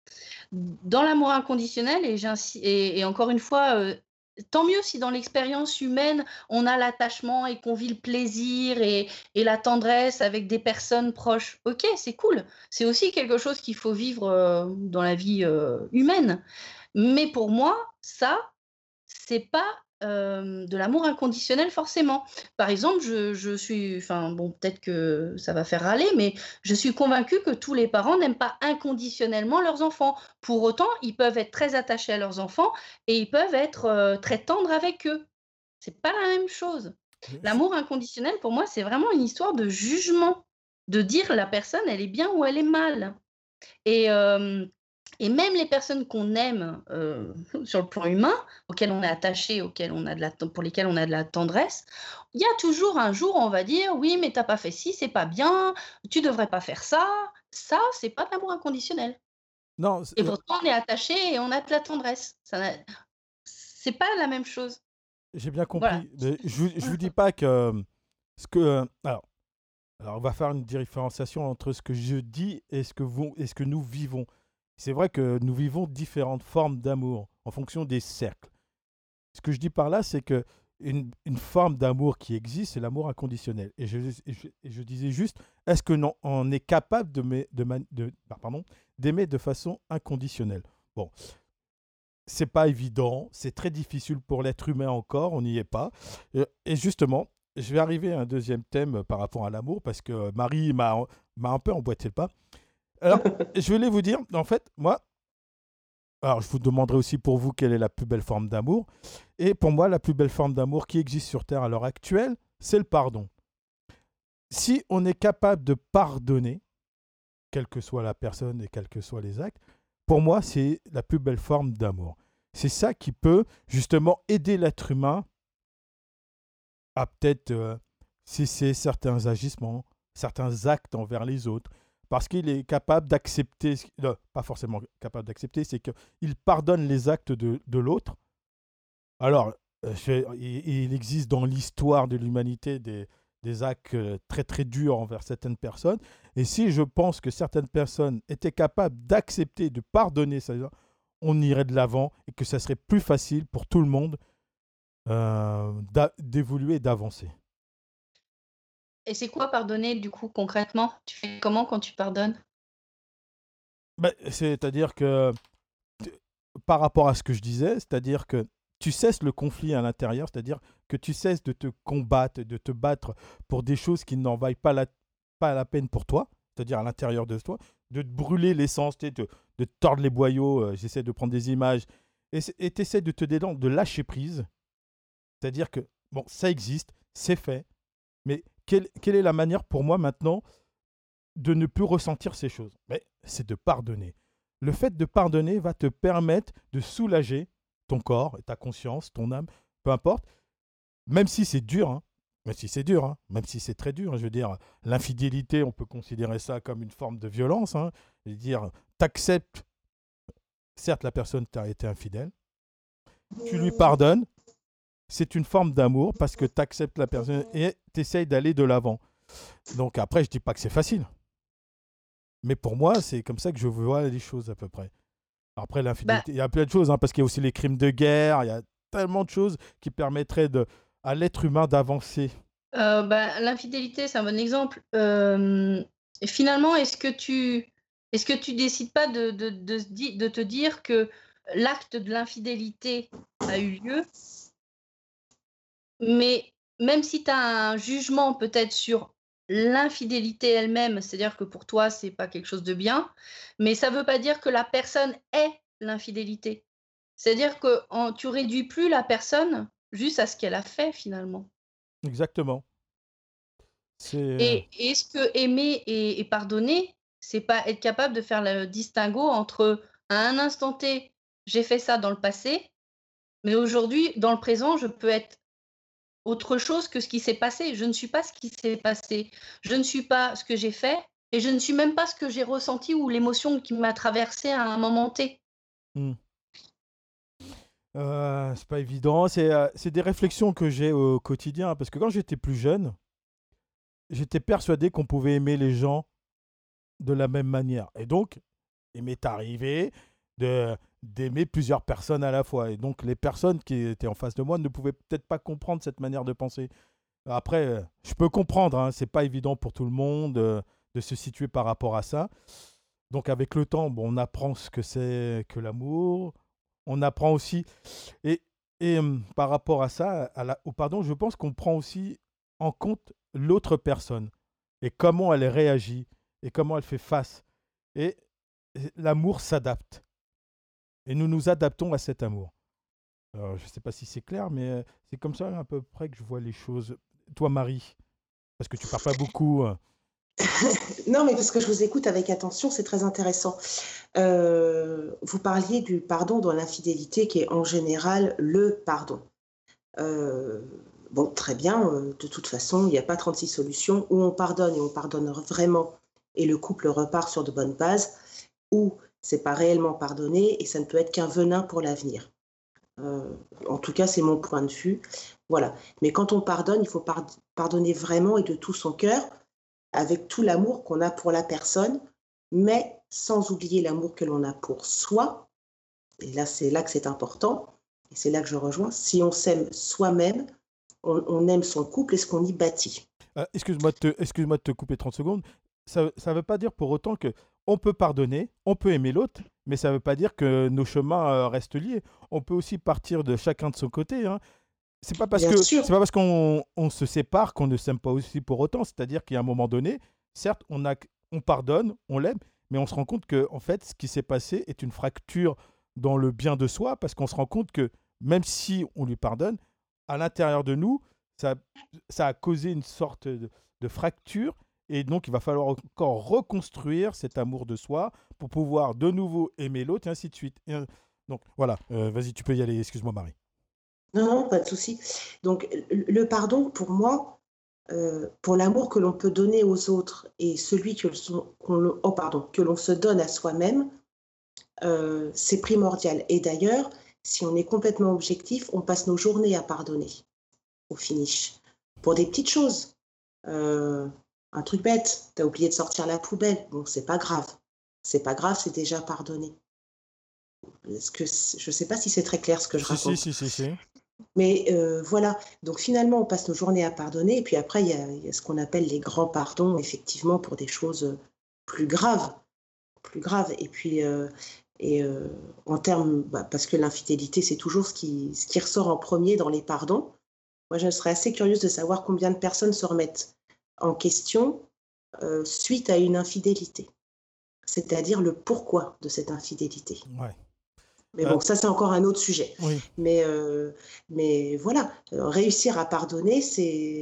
Dans l'amour inconditionnel, et, j'insi- et, et encore une fois, euh, tant mieux si dans l'expérience humaine, on a l'attachement et qu'on vit le plaisir et, et la tendresse avec des personnes proches. Ok, c'est cool. C'est aussi quelque chose qu'il faut vivre euh, dans la vie euh, humaine. Mais pour moi, ça, c'est pas euh, de l'amour inconditionnel forcément. Par exemple, je, je suis, enfin bon, peut-être que ça va faire râler, mais je suis convaincue que tous les parents n'aiment pas inconditionnellement leurs enfants. Pour autant, ils peuvent être très attachés à leurs enfants et ils peuvent être euh, très tendres avec eux. C'est pas la même chose. Je- je- L'amour inconditionnel, pour moi, c'est vraiment une histoire de jugement, de dire la personne, elle est bien ou elle est mal. Et, euh, et même les personnes qu'on aime euh, sur le plan humain, auxquelles on est attaché, auxquelles on a de la, pour lesquelles on a de la tendresse, il y a toujours un jour où on va dire oui, mais t'as pas fait ci, c'est pas bien, tu devrais pas faire ça. Ça, c'est pas de l'amour inconditionnel. Non, c'est- Et euh, pourtant, on est attaché et on a de la tendresse. Ça n'a- c'est pas la même chose. j'ai bien Voilà. compris. Mais je vous, je vous dis pas que euh, ce que. euh, alors, alors, on va faire une différenciation entre ce que je dis et ce que, vous, et ce que nous vivons. C'est vrai que nous vivons différentes formes d'amour en fonction des cercles. Ce que je dis par là, c'est que une, une forme d'amour qui existe, c'est l'amour inconditionnel. Et je, et je, et je disais juste, est-ce que non, on est capable de, ma- de, man- de- bah, pardon, d'aimer de façon inconditionnelle? Bon, c'est pas évident, c'est très difficile pour l'être humain encore, on n'y est pas. Euh, Et justement, je vais arriver à un deuxième thème par rapport à l'amour, parce que Marie m'a m'a un peu emboîté le pas. Alors, je voulais vous dire, en fait, moi, alors je vous demanderai aussi pour vous quelle est la plus belle forme d'amour. Et pour moi, la plus belle forme d'amour qui existe sur Terre à l'heure actuelle, c'est le pardon. Si on est capable de pardonner, quelle que soit la personne et quels que soient les actes, pour moi, c'est la plus belle forme d'amour. C'est ça qui peut justement aider l'être humain à peut-être euh, cesser certains agissements, certains actes envers les autres, parce qu'il est capable d'accepter, ce- non, pas forcément capable d'accepter, c'est qu'il pardonne les actes de, de l'autre. Alors, euh, je- il, il existe dans l'histoire de l'humanité des, des actes euh, très très durs envers certaines personnes. Et si je pense que certaines personnes étaient capables d'accepter, de pardonner ça, on irait de l'avant et que ça serait plus facile pour tout le monde euh, d'a- d'évoluer et d'avancer. Et c'est quoi pardonner, du coup, concrètement? Tu fais comment quand tu pardonnes? Ben, c'est-à-dire que t- par rapport à ce que je disais, c'est-à-dire que tu cesses le conflit à l'intérieur, c'est-à-dire que tu cesses de te combattre, de te battre pour des choses qui n'en vaillent pas la, pas la peine pour toi, c'est-à-dire à l'intérieur de toi, de te brûler l'essence, tu sais, de, de te tordre les boyaux, euh, j'essaie de prendre des images, et tu essaies de te détendre, de lâcher prise, c'est-à-dire que, bon, ça existe, c'est fait, mais quelle, quelle est la manière pour moi maintenant de ne plus ressentir ces choses? Mais c'est de pardonner. Le fait de pardonner va te permettre de soulager ton corps, ta conscience, ton âme, peu importe, même si c'est dur, hein, même si c'est dur, hein, même si c'est très dur, hein, je veux dire, l'infidélité, on peut considérer ça comme une forme de violence, hein, je veux dire, t'acceptes, certes la personne t'a été infidèle, tu lui pardonnes, c'est une forme d'amour parce que tu acceptes la personne et tu essayes d'aller de l'avant. Donc après, je dis pas que c'est facile. Mais pour moi, c'est comme ça que je vois les choses à peu près. Après, Bah, l'infidélité, il y a plein de choses, hein, parce qu'il y a aussi les crimes de guerre, il y a tellement de choses qui permettraient de, à l'être humain d'avancer. euh, bah, l'infidélité, c'est un bon exemple. Euh, et finalement, est-ce que tu est-ce que tu décides pas de, de, de, se di- de te dire que l'acte de l'infidélité a eu lieu, mais même si tu as un jugement peut-être sur l'infidélité elle-même, c'est-à-dire que pour toi, c'est pas quelque chose de bien, mais ça veut pas dire que la personne est l'infidélité. C'est-à-dire que en- tu réduis plus la personne juste à ce qu'elle a fait finalement. Exactement. C'est... Et est-ce que aimer et, et pardonner, c'est pas être capable de faire le distinguo entre à un instant T, j'ai fait ça dans le passé, mais aujourd'hui, dans le présent, je peux être autre chose que ce qui s'est passé. Je ne suis pas ce qui s'est passé. Je ne suis pas ce que j'ai fait et je ne suis même pas ce que j'ai ressenti ou l'émotion qui m'a traversée à un moment T. Hmm. Euh, c'est pas évident. C'est, euh, c'est des réflexions que j'ai au quotidien. Parce que quand j'étais plus jeune, j'étais persuadé qu'on pouvait aimer les gens de la même manière. Et donc, il m'est arrivé de, d'aimer plusieurs personnes à la fois. Et donc, les personnes qui étaient en face de moi ne pouvaient peut-être pas comprendre cette manière de penser. Après, euh, je peux comprendre, hein, c'est pas évident pour tout le monde euh, de se situer par rapport à ça. Donc, avec le temps, bon, on apprend ce que c'est que l'amour. On apprend aussi. Et, et hum, par rapport à ça, à la- au pardon, je pense qu'on prend aussi en compte l'autre personne et comment elle réagit et comment elle fait face. Et et l'amour s'adapte. Et nous nous adaptons à cet amour. Alors, je ne sais pas si c'est clair, mais euh, c'est comme ça à peu près que je vois les choses. Toi, Marie, parce que tu parles pas beaucoup. euh, Non, mais parce que je vous écoute avec attention, c'est très intéressant. Euh, vous parliez du pardon dans l'infidélité, qui est en général le pardon. Euh, bon, très bien, euh, de toute façon, il n'y a pas trente-six solutions. Où on pardonne et on pardonne vraiment, et le couple repart sur de bonnes bases, ou c'est pas réellement pardonné et ça ne peut être qu'un venin pour l'avenir. Euh, en tout cas, c'est mon point de vue. Voilà. Mais quand on pardonne, il faut par- pardonner vraiment et de tout son cœur, avec tout l'amour qu'on a pour la personne, mais sans oublier l'amour que l'on a pour soi. Et là, c'est là que c'est important. Et c'est là que je rejoins. Si on s'aime soi-même, on, on aime son couple et ce qu'on y bâtit. euh, excuse-moi de te, excuse-moi de te couper trente secondes. Ça ne veut pas dire pour autant que on peut pardonner, on peut aimer l'autre, mais ça ne veut pas dire que nos chemins euh, restent liés. On peut aussi partir de chacun de son côté, hein. C'est pas parce Bien que sûr, c'est pas parce qu'on on se sépare qu'on ne s'aime pas aussi pour autant. C'est-à-dire qu'à un moment donné, certes, on a, on pardonne, on l'aime, mais on se rend compte que en fait, ce qui s'est passé est une fracture dans le bien de soi, parce qu'on se rend compte que même si on lui pardonne, à l'intérieur de nous, ça, ça a causé une sorte de, de fracture, et donc il va falloir encore reconstruire cet amour de soi pour pouvoir de nouveau aimer l'autre, et ainsi de suite. Et, euh, donc voilà, euh, vas-y, tu peux y aller. Excuse-moi, Marie. non, non, pas de souci. Donc, le le pardon, pour moi, euh, pour l'amour que l'on peut donner aux autres et celui que, son- qu'on le- oh, pardon, que l'on se donne à soi-même, euh, c'est primordial. Et d'ailleurs, si on est complètement objectif, on passe nos journées à pardonner au finish. Pour des petites choses. Euh, un truc bête, t'as oublié de sortir la poubelle. Bon, c'est pas grave. C'est pas grave, c'est déjà pardonné. Est-ce que c'est- je sais pas si c'est très clair ce que je Si, si, raconte. si, si, si. Mais euh, voilà, donc finalement, on passe nos journées à pardonner, et puis après, il y a, il y a ce qu'on appelle les grands pardons, effectivement, pour des choses plus graves, plus graves. Et puis, euh, et, euh, en termes, bah, parce que l'infidélité, c'est toujours ce qui, ce qui ressort en premier dans les pardons. Moi, je serais assez curieuse de savoir combien de personnes se remettent en question euh, suite à une infidélité, c'est-à-dire le pourquoi de cette infidélité. Ouais. Mais Euh, bon, ça, c'est encore un autre sujet. oui. Mais, euh, mais voilà, euh, réussir à pardonner, c'est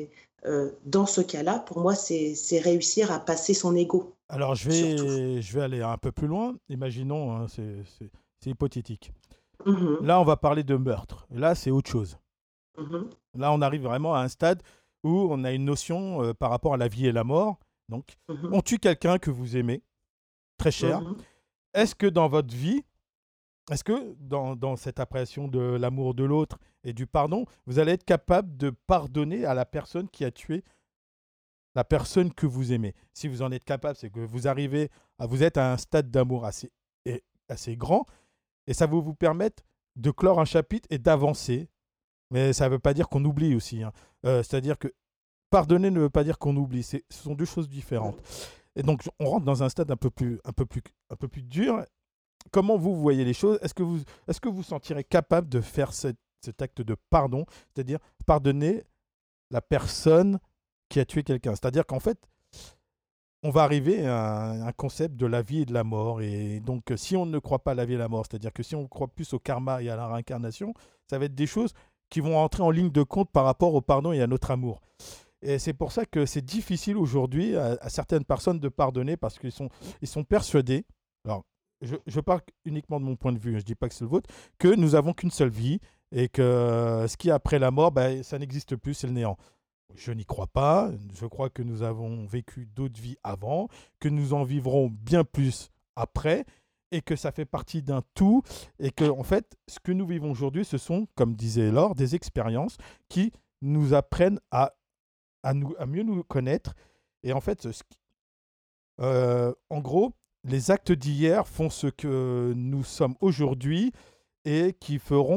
euh, dans ce cas-là, pour moi, c'est, c'est réussir à passer son ego, Alors, je surtout. vais, je vais aller un peu plus loin. Imaginons, hein, c'est c'est- c'est hypothétique. Mhm, Là, on va parler de meurtre. Là, c'est autre chose. mhm, Là, on arrive vraiment à un stade où on a une notion euh, par rapport à la vie et la mort. Donc, mhm, on tue quelqu'un que vous aimez, très cher. mhm. Est-ce que dans votre vie, est-ce que dans, dans cette appréciation de l'amour de l'autre et du pardon, vous allez être capable de pardonner à la personne qui a tué la personne que vous aimez? Si vous en êtes capable, c'est que vous arrivez à vous êtes à un stade d'amour assez, et- assez grand et ça va vous permettre de clore un chapitre et d'avancer. Mais ça ne veut pas dire qu'on oublie aussi, hein. Euh, c'est-à-dire que pardonner ne veut pas dire qu'on oublie. C'est- ce sont deux choses différentes. Et donc, on rentre dans un stade un peu plus, un peu plus, un peu plus dur. Comment vous voyez les choses? Est-ce que vous est-ce que vous sentirez capable de faire cet, cet acte de pardon, c'est-à-dire pardonner la personne qui a tué quelqu'un? C'est-à-dire qu'en fait, on va arriver à un, un concept de la vie et de la mort. Et donc, euh, si on ne croit pas à la vie et la mort, c'est-à-dire que si on croit plus au karma et à la réincarnation, ça va être des choses qui vont entrer en ligne de compte par rapport au pardon et à notre amour. Et c'est pour ça que c'est difficile aujourd'hui à, à certaines personnes de pardonner parce qu'ils sont, ils sont persuadés, alors je, je parle uniquement de mon point de vue, je ne dis pas que c'est le vôtre, que nous n'avons qu'une seule vie et que ce qui est après la mort, ben, ça n'existe plus, c'est le néant. Je n'y crois pas, je crois que nous avons vécu d'autres vies avant, que nous en vivrons bien plus après et que ça fait partie d'un tout et que en fait, ce que nous vivons aujourd'hui, ce sont, comme disait Laure, des expériences qui nous apprennent à à, nous, à mieux nous connaître. Et en fait, ce qui- euh, en gros, les actes d'hier font ce que nous sommes aujourd'hui et qui feront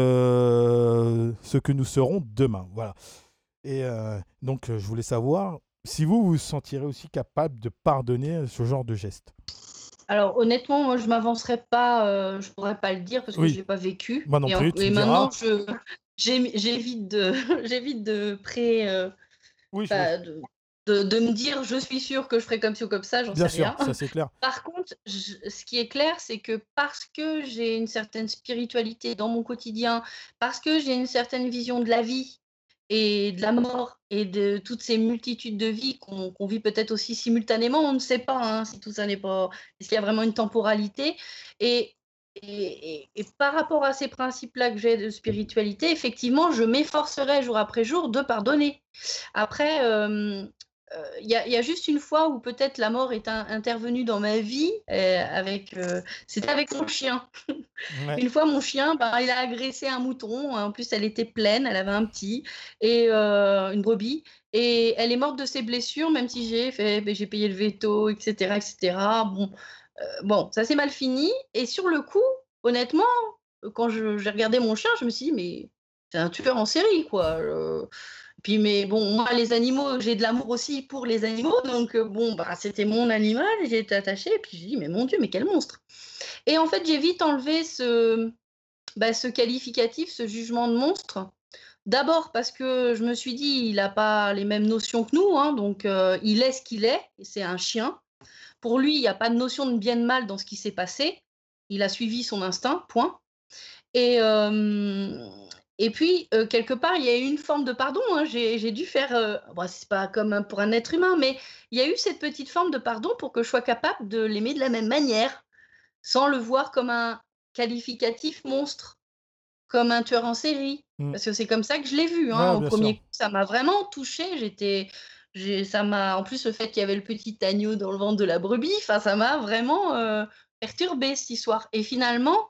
que ce que nous serons demain. Voilà. Et euh, donc, euh, je voulais savoir si vous vous sentirez aussi capable de pardonner ce genre de geste. Alors honnêtement, moi je m'avancerai pas, euh, je pourrais pas le dire parce que je Oui, l'ai pas vécu. moi non Et, en- plus, tu et me maintenant diras. je j'ai- j'évite de j'évite de pré euh, Oui, je veux. bah, de, de, de me dire je suis sûre que je ferai comme ci ou comme ça, j'en Bien sais sûr, rien. ça c'est clair. Par contre, je- ce qui est clair, c'est que parce que j'ai une certaine spiritualité dans mon quotidien, parce que j'ai une certaine vision de la vie et de la mort et de toutes ces multitudes de vies qu'on qu'on vit peut-être aussi simultanément, on ne sait pas hein, si tout ça n'est pas... Est-ce qu'il y a vraiment une temporalité? Et, et, et- et par rapport à ces principes-là que j'ai de spiritualité, effectivement, je m'efforcerai jour après jour de pardonner. Après, euh, euh, il y, a, il y a juste une fois où peut-être la mort est un- intervenue dans ma vie, euh, avec, euh, c'était avec mon chien. Ouais. Une fois, mon chien, bah, il a agressé un mouton. En plus, elle était pleine, elle avait un petit et euh, une brebis. Et elle est morte de ses blessures, même si j'ai fait, ben, j'ai payé le veto, et cetera, et cetera. Bon, euh, bon, ça s'est mal fini. Et sur le coup, honnêtement, quand je- j'ai regardé mon chien, je me suis dit, mais c'est un tueur en série, quoi. Euh, puis, mais bon, moi, les animaux, j'ai de l'amour aussi pour les animaux. Donc, euh, bon, bah, c'était mon animal, j'ai été attachée. Et puis, j'ai dit, mais mon Dieu, mais quel monstre! Et en fait, j'ai vite enlevé ce, bah, ce qualificatif, ce jugement de monstre. D'abord parce que je me suis dit, il n'a pas les mêmes notions que nous, hein, donc euh, il est ce qu'il est, et c'est un chien. Pour lui, il n'y a pas de notion de bien de mal dans ce qui s'est passé. Il a suivi son instinct, point. Et, euh, et puis, euh, quelque part, il y a eu une forme de pardon, hein. J'ai, j'ai dû faire, euh, bon, c'est pas comme un- pour un être humain, mais il y a eu cette petite forme de pardon pour que je sois capable de l'aimer de la même manière, sans le voir comme un qualificatif monstre, comme un tueur en série. Mm. Parce que c'est comme ça que je l'ai vu, hein. Ouais, Au bien sûr. premier coup, ça m'a vraiment touchée. J'étais, j'ai, ça m'a, en plus, le fait qu'il y avait le petit agneau dans le ventre de la brebis, enfin, ça m'a vraiment euh, perturbée cette histoire. Et finalement,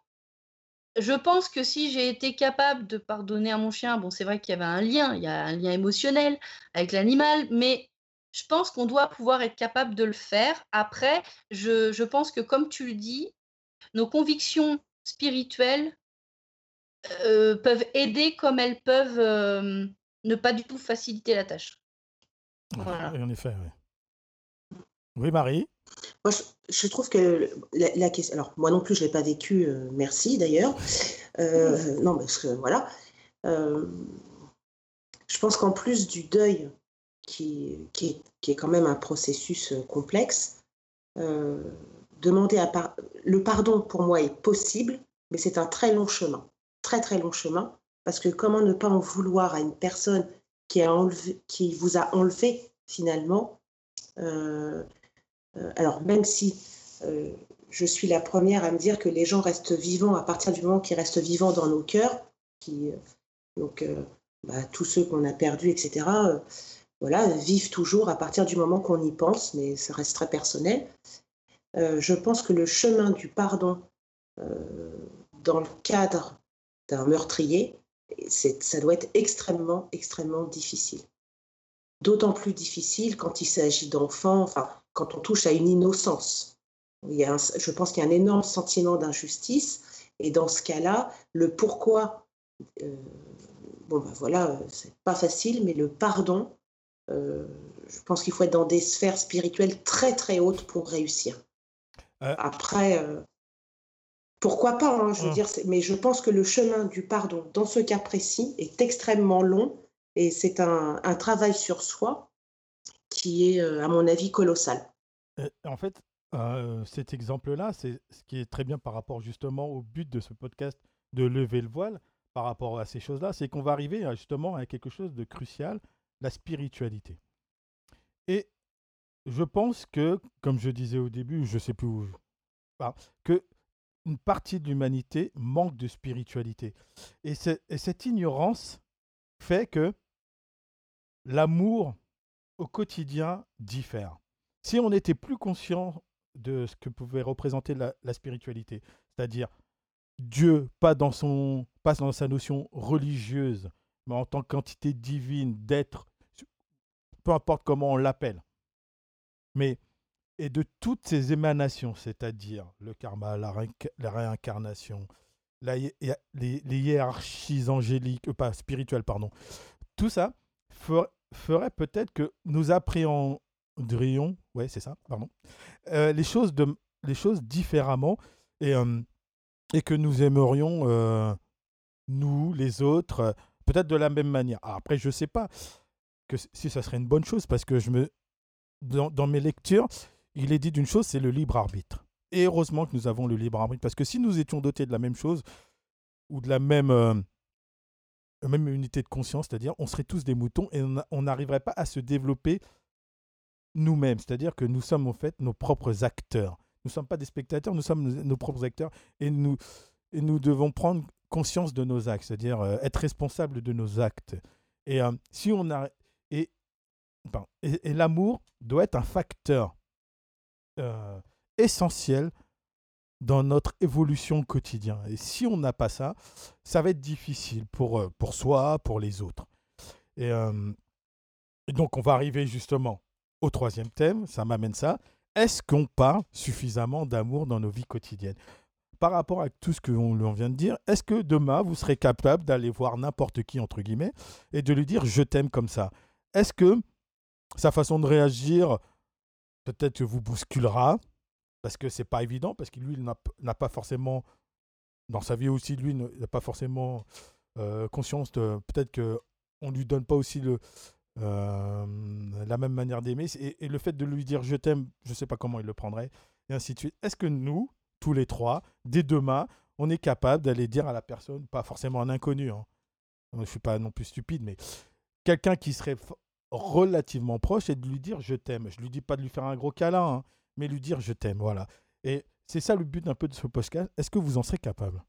je pense que si j'ai été capable de pardonner à mon chien, bon, c'est vrai qu'il y avait un lien, il y a un lien émotionnel avec l'animal, mais je pense qu'on doit pouvoir être capable de le faire. Après, je, je pense que, comme tu le dis, nos convictions spirituelles euh, peuvent aider comme elles peuvent euh, ne pas du tout faciliter la tâche. Voilà. Oui, en effet, oui. Oui, Marie? Moi, je, je trouve que la, la question. Alors, moi non plus, je ne l'ai pas vécu, euh, merci d'ailleurs. Euh, non, parce que voilà. Euh, je pense qu'en plus du deuil, qui, qui, est, qui est quand même un processus euh, complexe, euh, demander à par... le pardon pour moi est possible, mais c'est un très long chemin, très très long chemin, parce que comment ne pas en vouloir à une personne qui, a enlevé, qui vous a enlevé finalement. Euh, euh, alors même si euh, je suis la première à me dire que les gens restent vivants à partir du moment qu'ils restent vivants dans nos cœurs, qui, donc euh, bah, tous ceux qu'on a perdus, et cetera, euh, voilà, vivent toujours à partir du moment qu'on y pense, mais ça reste très personnel. Euh, je pense que le chemin du pardon euh, dans le cadre d'un meurtrier, c'est, ça doit être extrêmement, extrêmement difficile. D'autant plus difficile quand il s'agit d'enfants, enfin, quand on touche à une innocence. Il y a un, je pense qu'il y a un énorme sentiment d'injustice, et dans ce cas-là, le pourquoi, euh, bon ben voilà, c'est pas facile, mais le pardon, euh, je pense qu'il faut être dans des sphères spirituelles très très hautes pour réussir. Euh, Après, euh, pourquoi pas, hein, je veux hum, dire, c'est- mais je pense que le chemin du pardon, dans ce cas précis, est extrêmement long, et c'est un, un travail sur soi qui est, euh, à mon avis, colossal. euh, en fait, euh, cet exemple-là, c'est ce qui est très bien par rapport justement au but de ce podcast de lever le voile par rapport à ces choses-là, c'est qu'on va arriver à, justement à quelque chose de crucial, la spiritualité. Et je pense que, comme je disais au début, je sais plus où, enfin, que une partie de l'humanité manque de spiritualité. Et, c'est- et cette ignorance fait que l'amour au quotidien diffère. Si on était plus conscient de ce que pouvait représenter la, la spiritualité, c'est-à-dire Dieu, pas dans, son, pas dans sa notion religieuse, mais en tant qu'entité divine, d'être, peu importe comment on l'appelle, mais et de toutes ces émanations, c'est-à-dire le karma, la, réinc- la réincarnation, la hi- hi- les, les hiérarchies angéliques, euh, pas spirituelles, pardon, tout ça fer- ferait peut-être que nous appréhendrions, ouais, c'est ça, pardon, euh, les, choses de, les choses différemment et, euh, et que nous aimerions, euh, nous, les autres, euh, peut-être de la même manière. Ah, après, je ne sais pas que c- si ça serait une bonne chose parce que je me, dans, dans mes lectures, il est dit d'une chose, c'est le libre arbitre. Et heureusement que nous avons le libre arbitre parce que si nous étions dotés de la même chose ou de la même, euh, même unité de conscience, c'est-à-dire on serait tous des moutons et on n'arriverait pas à se développer nous-mêmes. C'est-à-dire que nous sommes en fait nos propres acteurs. Nous ne sommes pas des spectateurs, nous sommes nos, nos propres acteurs et nous, et nous devons prendre conscience de nos actes, c'est-à-dire euh, être responsable de nos actes. Et euh, si on a et, pardon, et, et l'amour doit être un facteur euh, essentiel dans notre évolution quotidienne. Et si on n'a pas ça, ça va être difficile pour, euh, pour soi, pour les autres. Et, euh, et donc, on va arriver justement au troisième thème, ça m'amène ça. Est-ce qu'on parle suffisamment d'amour dans nos vies quotidiennes? Par rapport à tout ce que l'on vient de dire, est-ce que demain, vous serez capable d'aller voir n'importe qui, entre guillemets, et de lui dire « je t'aime » comme ça? Est-ce que sa façon de réagir, peut-être vous bousculera, parce que c'est pas évident, parce que lui, il n'a, n'a pas forcément, dans sa vie aussi, lui, n'a pas forcément euh, conscience de, peut-être qu'on ne lui donne pas aussi le, euh, la même manière d'aimer, et, et le fait de lui dire je t'aime, je ne sais pas comment il le prendrait, et ainsi de suite. Est-ce que nous, tous les trois, dès demain, on est capable d'aller dire à la personne, pas forcément un inconnu, hein, je ne suis pas non plus stupide, mais quelqu'un qui serait f- relativement proche et de lui dire je t'aime. Je lui dis pas de lui faire un gros câlin, hein, mais lui dire je t'aime, voilà. Et c'est ça le but un peu de ce podcast. Est-ce que vous en serez capable?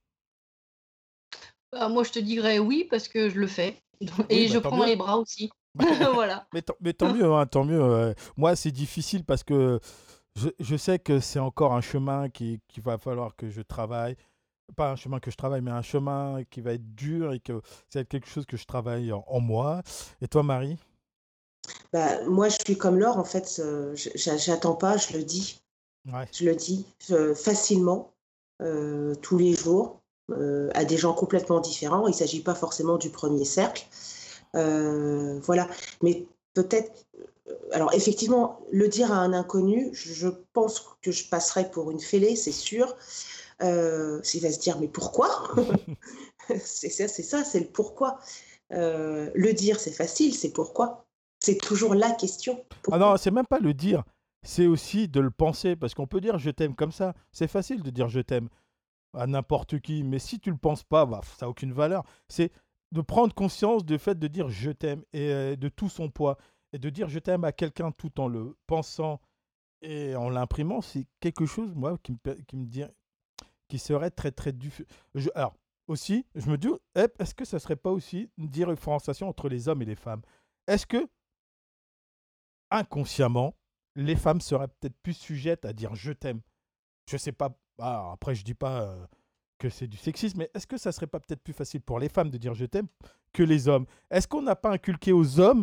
Bah, moi, je te dirais oui parce que je le fais. Oui, Et bah je tant prends dans mieux. les bras aussi. Voilà. mais, tant, mais tant mieux, hein, tant mieux. euh. Moi, c'est difficile parce que je, je sais que c'est encore un chemin qui, qui va falloir que je travaille. Pas un chemin que je travaille, mais un chemin qui va être dur et que c'est quelque chose que je travaille en, en moi. Et toi, Marie? Bah, moi, je suis comme Laure, en fait, euh, je- j'a- j'attends pas, je le dis. Ouais. Je le dis euh, facilement, euh, tous les jours, euh, à des gens complètement différents. Il ne s'agit pas forcément du premier cercle. Euh, voilà. Mais peut-être, euh, alors effectivement, le dire à un inconnu, je, je pense que je passerai pour une fêlée, c'est sûr. Euh, il va se dire, mais pourquoi? C'est ça, c'est ça, c'est le pourquoi. Euh, le dire, c'est facile, c'est pourquoi. C'est toujours la question. Ah non, Pourquoi? c'est même pas le dire, c'est aussi de le penser, parce qu'on peut dire je t'aime comme ça. C'est facile de dire je t'aime à n'importe qui, mais si tu le penses pas, bah, ça n'a aucune valeur. C'est de prendre conscience du fait de dire je t'aime et euh, de tout son poids. Et de dire je t'aime à quelqu'un tout en le pensant et en l'imprimant, c'est quelque chose, moi, qui me, per- qui me dit, qui serait très, très difficile. Alors, aussi, je me dis, eh, est-ce que ça serait pas aussi une différenciation entre les hommes et les femmes? Est-ce que, inconsciemment, les femmes seraient peut-être plus sujettes à dire je t'aime? Je sais pas. Ah, après, je dis pas euh, que c'est du sexisme, mais est-ce que ça serait pas peut-être plus facile pour les femmes de dire je t'aime que les hommes? Est-ce qu'on n'a pas inculqué aux hommes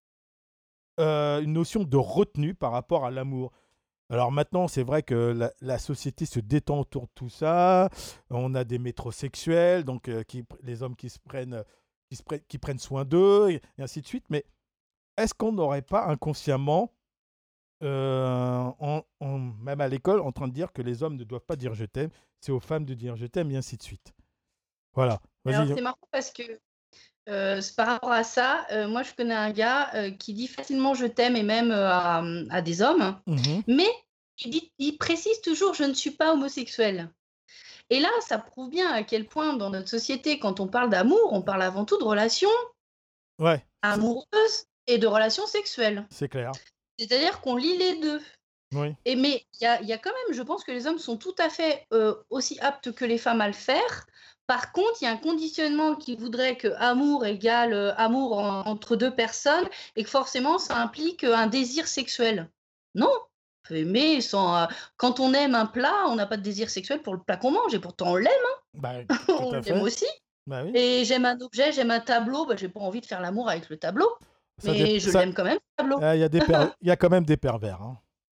euh, une notion de retenue par rapport à l'amour? Alors maintenant, c'est vrai que la, la société se détend autour de tout ça. On a des métrosexuels, donc euh, qui, les hommes qui se prennent, qui se pre- qui prennent soin d'eux, et, et ainsi de suite. Mais est-ce qu'on n'aurait pas inconsciemment, euh, en- en- même à l'école, en train de dire que les hommes ne doivent pas dire je t'aime, c'est aux femmes de dire je t'aime, et ainsi de suite. Voilà. Alors, Vas-y. c'est marrant parce que euh, c'est par rapport à ça, euh, moi, je connais un gars euh, qui dit facilement je t'aime et même euh, à, à des hommes, Mhm. mais il, dit, il précise toujours je ne suis pas homosexuel. Et là, ça prouve bien à quel point dans notre société, quand on parle d'amour, on parle avant tout de relations Ouais, c'est amoureuses et de relations sexuelles. c'est clair. C'est-à-dire qu'on lit les deux. Oui. Et mais il y a, il y a quand même, je pense que les hommes sont tout à fait euh, aussi aptes que les femmes à le faire. Par contre, il y a un conditionnement qui voudrait que amour égale euh, amour en- entre deux personnes et que forcément ça implique euh, un désir sexuel. Non, on peut aimer sans. euh, quand on aime un plat, on n'a pas de désir sexuel pour le plat qu'on mange et pourtant on l'aime, Bah, tout on à l'aime fait. aussi. Bah oui. Et j'aime un objet, j'aime un tableau, bah, j'ai pas envie de faire l'amour avec le tableau, Ça dé- mais je ça- l'aime quand même, le tableau. euh, Il y a des per- il y a quand même des pervers, hein.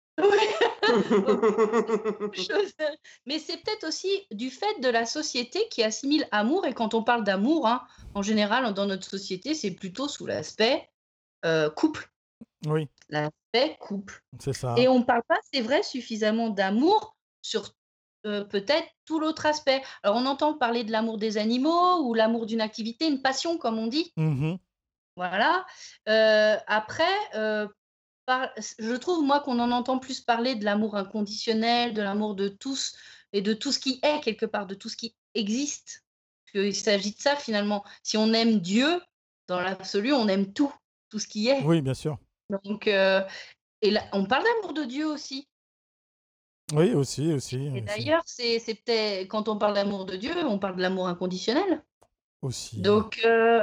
Oui. Chose. Mais c'est peut-être aussi du fait de la société qui assimile amour. Et quand on parle d'amour, hein, en général, dans notre société, c'est plutôt sous l'aspect euh, couple. Oui, L'aspect couple. c'est ça. Et on ne parle pas, c'est vrai, suffisamment d'amour sur euh, peut-être tout l'autre aspect. Alors, on entend parler de l'amour des animaux ou l'amour d'une activité, une passion, comme on dit. Mhm. Voilà. Euh, après, euh, par- je trouve, moi, qu'on en entend plus parler de l'amour inconditionnel, de l'amour de tous et de tout ce qui est quelque part, de tout ce qui existe. Parce qu'il s'agit de ça finalement. Si on aime Dieu, dans l'absolu, on aime tout, tout ce qui est. Oui, bien sûr. Donc, euh, et là, on parle d'amour de Dieu aussi. Oui, aussi, aussi, Et aussi. d'ailleurs, c'est c'est peut-être quand on parle d'amour de Dieu, on parle de l'amour inconditionnel. Aussi. Donc, euh,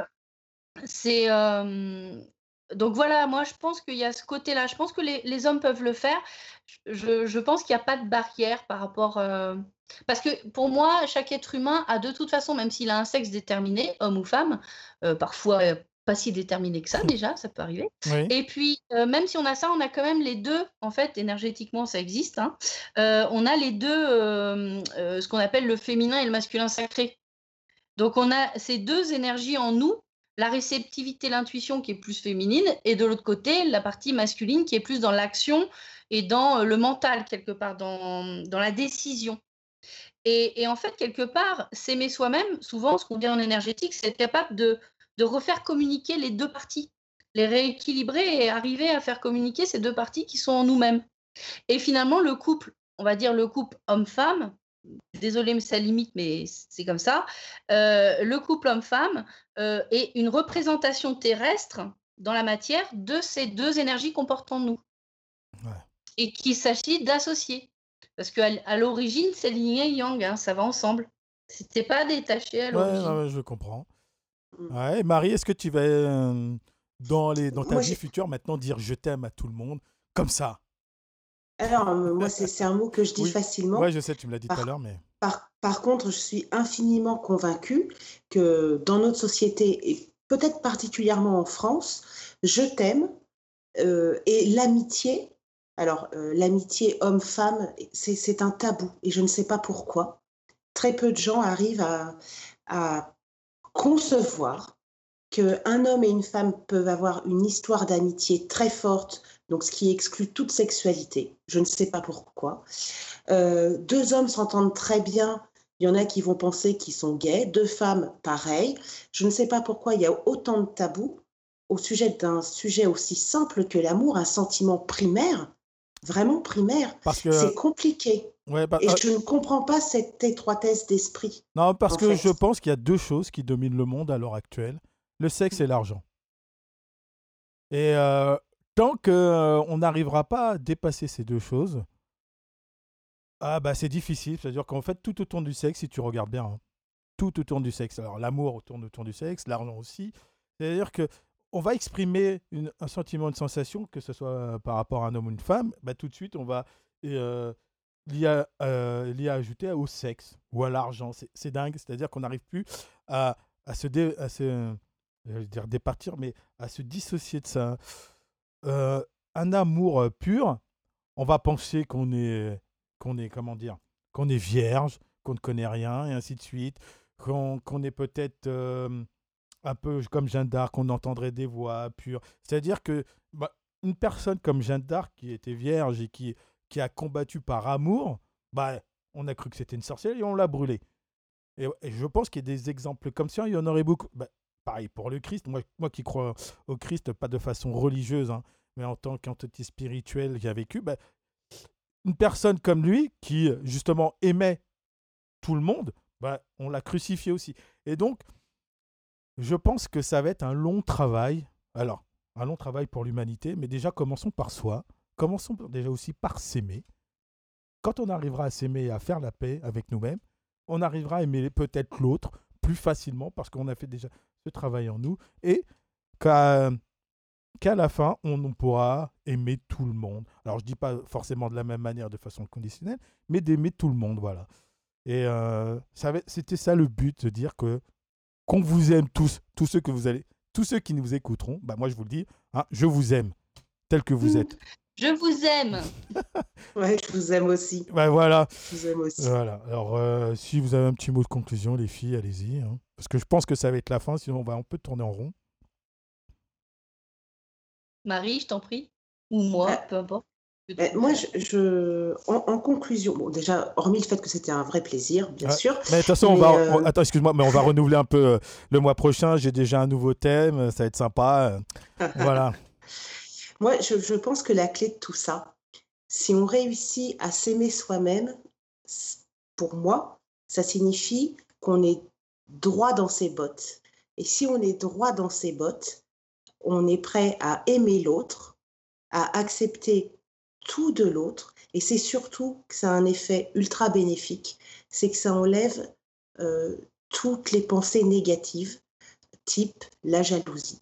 C'est euh, donc voilà, moi je pense qu'il y a ce côté-là. Je pense que les, les hommes peuvent le faire. Je, je pense qu'il n'y a pas de barrière par rapport. euh, Parce que pour moi, chaque être humain a de toute façon, même s'il a un sexe déterminé, homme ou femme, euh, parfois euh, pas si déterminé que ça déjà, ça peut arriver. Oui, Et puis, euh, même si on a ça, on a quand même les deux, en fait, énergétiquement, ça existe, hein. Euh, on a les deux, euh, euh, ce qu'on appelle le féminin et le masculin sacré. Donc, on a ces deux énergies en nous, la réceptivité, l'intuition qui est plus féminine, et de l'autre côté, la partie masculine qui est plus dans l'action et dans euh, le mental, quelque part, dans, dans la décision. Et, et en fait, quelque part, s'aimer soi-même, souvent, ce qu'on dit en énergétique, c'est être capable de, de refaire communiquer les deux parties, les rééquilibrer et arriver à faire communiquer ces deux parties qui sont en nous-mêmes. Et finalement, le couple, on va dire le couple homme-femme, désolée, mais ça limite, mais c'est comme ça. Euh, le couple homme-femme euh, est une représentation terrestre dans la matière de ces deux énergies qu'on porte en nous ouais. et qu'il s'agit d'associer. Parce qu'à à l'origine, c'est le yin et yang, hein, ça va ensemble. C'était pas détaché à Ouais, ouais, l'origine. ouais, je comprends. Ouais, Marie, est-ce que tu vas, euh, dans les, dans ta Moi, vie j'ai... future, maintenant dire je t'aime à tout le monde, comme ça? Alors, euh, moi, c'est c'est un mot que je dis Oui, ouais, facilement. je sais, tu me l'as dit tout à Par, l'heure, mais par, par contre, je suis infiniment convaincue que dans notre société, et peut-être particulièrement en France, je t'aime euh, et l'amitié, alors euh, l'amitié homme-femme, c'est c'est un tabou et je ne sais pas pourquoi. Très peu de gens arrivent à, à concevoir qu'un homme et une femme peuvent avoir une histoire d'amitié très forte, donc ce qui exclut toute sexualité. Je ne sais pas pourquoi. Euh, deux hommes s'entendent très bien. Il y en a qui vont penser qu'ils sont gays. Deux femmes, pareil. Je ne sais pas pourquoi il y a autant de tabous au sujet d'un sujet aussi simple que l'amour, un sentiment primaire, vraiment primaire. parce que C'est compliqué. Ouais, bah, Et euh, je ne comprends pas cette étroitesse d'esprit, non, parce en que je fait. pense qu'il y a deux choses qui dominent le monde à l'heure actuelle, le sexe et l'argent. Et euh, tant qu'on n'arrivera pas à dépasser ces deux choses, ah bah c'est difficile. C'est-à-dire qu'en fait, tout autour du sexe, si tu regardes bien, hein, tout autour du sexe. Alors l'amour tourne autour du sexe, l'argent aussi. C'est-à-dire que on va exprimer une- un sentiment, une sensation, que ce soit euh, par rapport à un homme ou une femme, bah, tout de suite on va euh, l'y, a- euh, l'y ajouter au sexe ou à l'argent. C'est, c'est dingue. C'est-à-dire qu'on n'arrive plus à, à se, dé- à se je veux dire départir, mais à se dissocier de ça. Euh, un amour euh, pur, on va penser qu'on est, qu'on est, comment dire, qu'on est vierge, qu'on ne connaît rien, et ainsi de suite, qu'on, qu'on est peut-être euh, un peu comme Jeanne d'Arc, qu'on entendrait des voix pures. C'est-à-dire que bah, une personne comme Jeanne d'Arc, qui était vierge et qui, qui a combattu par amour, bah, on a cru que c'était une sorcière et on l'a brûlée. Et, et je pense qu'il y a des exemples comme ça, il y en aurait beaucoup. Bah, pareil pour le Christ, moi, moi qui crois au Christ, pas de façon religieuse, hein, mais en tant qu'entité spirituelle qui a vécu, bah, une personne comme lui, qui justement aimait tout le monde, bah, on l'a crucifié aussi. Et donc, je pense que ça va être un long travail. Alors, un long travail pour l'humanité, mais déjà commençons par soi. Commençons déjà aussi par s'aimer. Quand on arrivera à s'aimer et à faire la paix avec nous-mêmes, on arrivera à aimer peut-être l'autre plus facilement parce qu'on a fait déjà ce travail en nous et qu'à qu'à la fin, on pourra aimer tout le monde. Alors, je ne dis pas forcément de la même manière, de façon conditionnelle, mais d'aimer tout le monde, voilà. Et euh, ça avait- c'était ça le but, de dire que qu'on vous aime tous, tous ceux que vous allez, tous ceux qui nous écouteront, bah moi je vous le dis, hein, je vous aime tel que vous êtes. Je vous aime. Ouais, je vous aime aussi. Bah voilà, Je vous aime aussi. voilà. Alors euh, si vous avez un petit mot de conclusion, les filles, allez-y, hein. Parce que je pense que ça va être la fin, sinon on va un peu tourner en rond. Marie, je t'en prie. Ou Euh, moi, peu importe. Ce que tu euh, moi, préfères. je, je- en, en conclusion, bon, déjà, hormis le fait que c'était un vrai plaisir, bien Ouais. sûr, Mais de toute façon, on mais va. on- euh, attends, excuse-moi, mais on va renouveler un peu euh, le mois prochain. J'ai déjà un nouveau thème, ça va être sympa. euh, Voilà. moi, je, je pense que la clé de tout ça, si on réussit à s'aimer soi-même, c- pour moi, ça signifie qu'on est droit dans ses bottes. Et si on est droit dans ses bottes, on est prêt à aimer l'autre, à accepter tout de l'autre. Et c'est surtout que ça a un effet ultra bénéfique, c'est que ça enlève euh, toutes les pensées négatives, type la jalousie.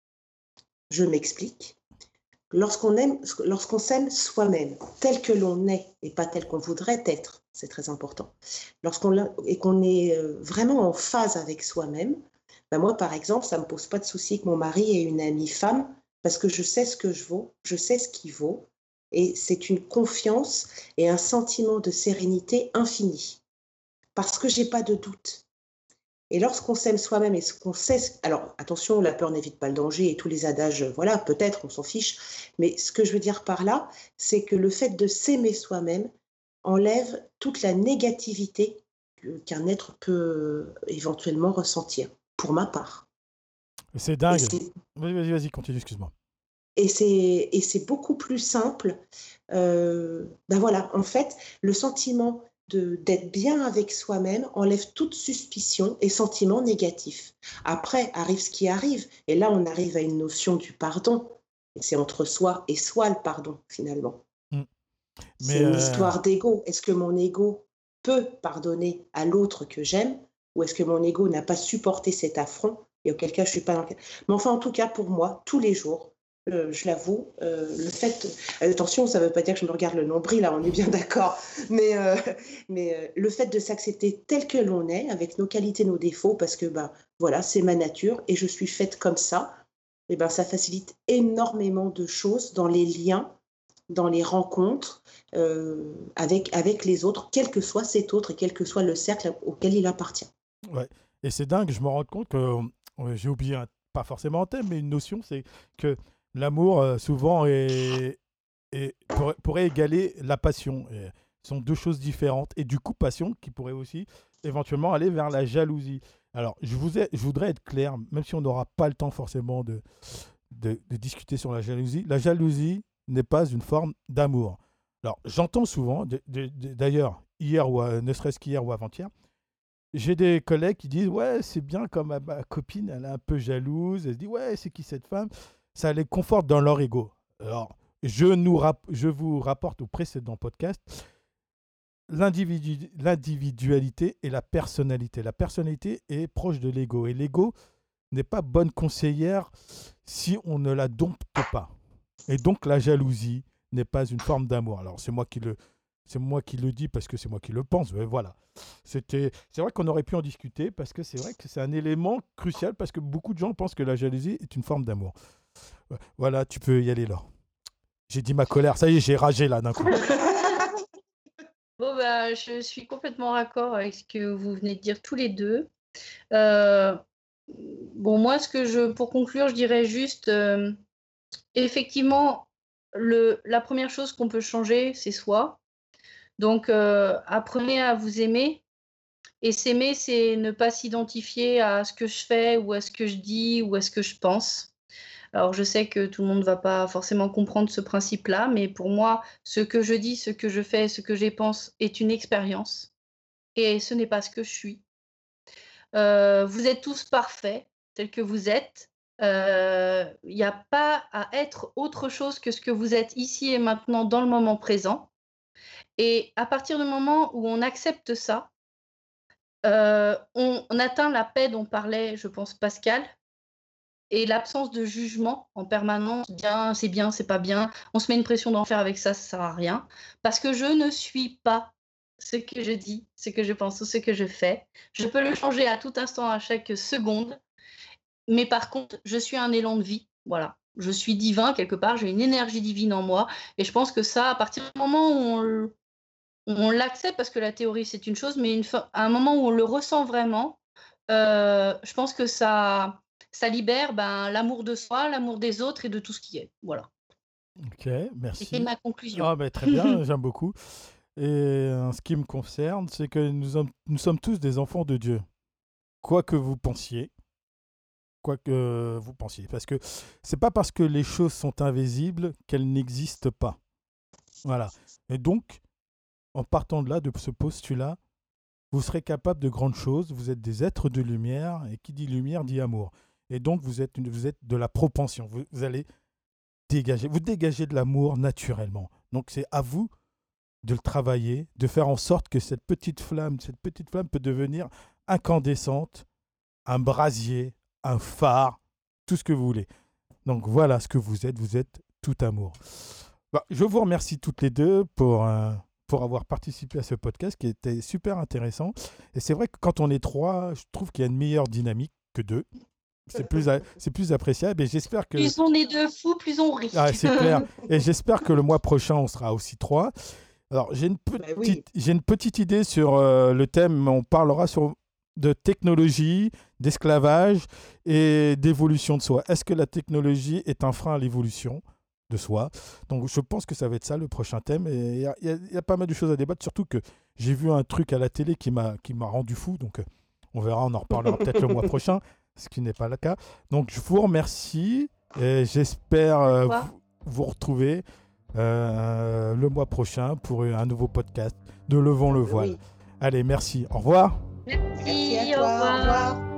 Je m'explique. Lorsqu'on aime, lorsqu'on s'aime soi-même, tel que l'on est et pas tel qu'on voudrait être, c'est très important. Lorsqu'on et qu'on est euh, vraiment en phase avec soi-même, ben moi par exemple, ça me pose pas de souci que mon mari ait une amie femme parce que je sais ce que je vaux, je sais ce qu'il vaut et c'est une confiance et un sentiment de sérénité infini parce que j'ai pas de doute. Et lorsqu'on s'aime soi-même et qu'on sait, alors attention, la peur n'évite pas le danger et tous les adages, voilà, peut-être, on s'en fiche, mais ce que je veux dire par là, c'est que le fait de s'aimer soi-même enlève toute la négativité qu'un être peut éventuellement ressentir, pour ma part. C'est Et dingue. c'est, Vas-y, vas-y, vas-y, continue, excuse-moi. et c'est, et c'est beaucoup plus simple. Euh, ben voilà, en fait, le sentiment de, d'être bien avec soi-même enlève toute suspicion et sentiment négatif. Après, arrive ce qui arrive, et là, on arrive à une notion du pardon. Et c'est entre soi et soi le pardon, finalement. Mm. C'est Mais une euh, histoire d'ego. Est-ce que mon ego peut pardonner à l'autre que j'aime, ou est-ce que mon ego n'a pas supporté cet affront, et auquel cas je suis pas dans le... Mais enfin, en tout cas, pour moi, tous les jours, euh, je l'avoue, euh, le fait... euh, attention, ça ne veut pas dire que je me regarde le nombril, là, on est bien d'accord, mais, euh, mais euh, le fait de s'accepter tel que l'on est, avec nos qualités, nos défauts, parce que ben, voilà, c'est ma nature, et je suis faite comme ça, et ben, ça facilite énormément de choses dans les liens, dans les rencontres euh, avec, avec les autres, quel que soit cet autre et quel que soit le cercle auquel il appartient. ouais. Et c'est dingue, je me rends compte que euh, j'ai oublié, un- pas forcément un thème, mais une notion, c'est que l'amour, euh, souvent, est, est- pourrait, pourrait égaler la passion. Et ce sont deux choses différentes. Et du coup, passion qui pourrait aussi éventuellement aller vers la jalousie. Alors, je, vous ai- je voudrais être clair, même si on n'aura pas le temps forcément de, de, de discuter sur la jalousie. La jalousie n'est pas une forme d'amour. Alors, j'entends souvent, d- d- d- d'ailleurs, hier ou à- ne serait-ce qu'hier ou avant-hier, j'ai des collègues qui disent ouais, c'est bien comme ma, ma copine, elle est un peu jalouse. Elle se dit ouais, c'est qui cette femme? Ça les conforte dans leur ego. Alors, je, nous rap- je vous rapporte au précédent podcast l'individu- l'individualité et la personnalité. La personnalité est proche de l'ego et l'ego n'est pas bonne conseillère si on ne la dompte pas. Et donc la jalousie n'est pas une forme d'amour. Alors c'est moi qui le, c'est moi qui le dis parce que c'est moi qui le pense. Mais voilà. C'était, c'est vrai qu'on aurait pu en discuter parce que c'est vrai que c'est un élément crucial parce que beaucoup de gens pensent que la jalousie est une forme d'amour. Voilà, tu peux y aller là. J'ai dit ma colère. Ça y est, j'ai ragé là d'un coup. Bon, bah, je suis complètement raccord avec ce que vous venez de dire tous les deux. Euh, bon, moi, ce que je, pour conclure, je dirais juste, euh, effectivement, le, la première chose qu'on peut changer, c'est soi. Donc, euh, apprenez à vous aimer. Et s'aimer, c'est ne pas s'identifier à ce que je fais ou à ce que je dis ou à ce que je pense. Alors, je sais que tout le monde ne va pas forcément comprendre ce principe-là, mais pour moi, ce que je dis, ce que je fais, ce que je pense est une expérience et ce n'est pas ce que je suis. Euh, vous êtes tous parfaits tels que vous êtes. Il n'y a pas à être autre chose que ce que vous êtes ici et maintenant dans le moment présent. Et à partir du moment où on accepte ça, euh, on, on atteint la paix dont parlait, je pense, Pascal, et l'absence de jugement en permanence, bien, c'est bien, c'est pas bien, on se met une pression d'en faire avec ça, ça sert à rien, parce que je ne suis pas ce que je dis, ce que je pense ou ce que je fais. Je peux le changer à tout instant, à chaque seconde, mais par contre, je suis un élan de vie, voilà. Je suis divin quelque part, j'ai une énergie divine en moi, et je pense que ça, à partir du moment où on, l- on l'accepte, parce que la théorie c'est une chose, mais une fois, à un moment où on le ressent vraiment, euh, je pense que ça, ça libère ben, l'amour de soi, l'amour des autres et de tout ce qui est. Voilà. Ok, C'était merci. ma conclusion. Ah, ben, très bien, j'aime beaucoup. Et en ce qui me concerne, c'est que nous sommes, nous sommes tous des enfants de Dieu. Quoi que vous pensiez, quoi que vous pensiez. Parce que c'est pas parce que les choses sont invisibles qu'elles n'existent pas. Voilà. Et donc, en partant de là, de ce postulat, vous serez capable de grandes choses. Vous êtes des êtres de lumière, et qui dit lumière dit amour. Et donc, vous êtes, une- vous êtes de la propension. Vous, vous allez dégager, vous dégagez de l'amour naturellement. Donc, c'est à vous de le travailler, de faire en sorte que cette petite flamme, cette petite flamme peut devenir incandescente, un brasier, un phare, tout ce que vous voulez. Donc voilà ce que vous êtes, vous êtes tout amour. Bah, je vous remercie toutes les deux pour, euh, pour avoir participé à ce podcast qui était super intéressant. Et c'est vrai que quand on est trois, je trouve qu'il y a une meilleure dynamique que deux. C'est plus, a- c'est plus appréciable et j'espère que... Plus on est deux fous, plus on rit. Ah, c'est clair. Et j'espère que le mois prochain, on sera aussi trois. Alors, j'ai une Bah oui. petite, j'ai une petite idée sur euh, le thème. On parlera sur, de technologie, d'esclavage et d'évolution de soi. Est-ce que la technologie est un frein à l'évolution de soi? Donc, je pense que ça va être ça le prochain thème. Et il y a, y a- y a pas mal de choses à débattre, surtout que j'ai vu un truc à la télé qui m'a, qui m'a rendu fou. Donc, euh, on verra, on en reparlera peut-être le mois prochain, ce qui n'est pas le cas. Donc, je vous remercie et j'espère euh, Au revoir. vous, vous retrouver euh, le mois prochain pour un nouveau podcast de Levons le Oui. voile. Allez, merci. Au revoir. Merci, Merci à au toi. Au revoir. revoir.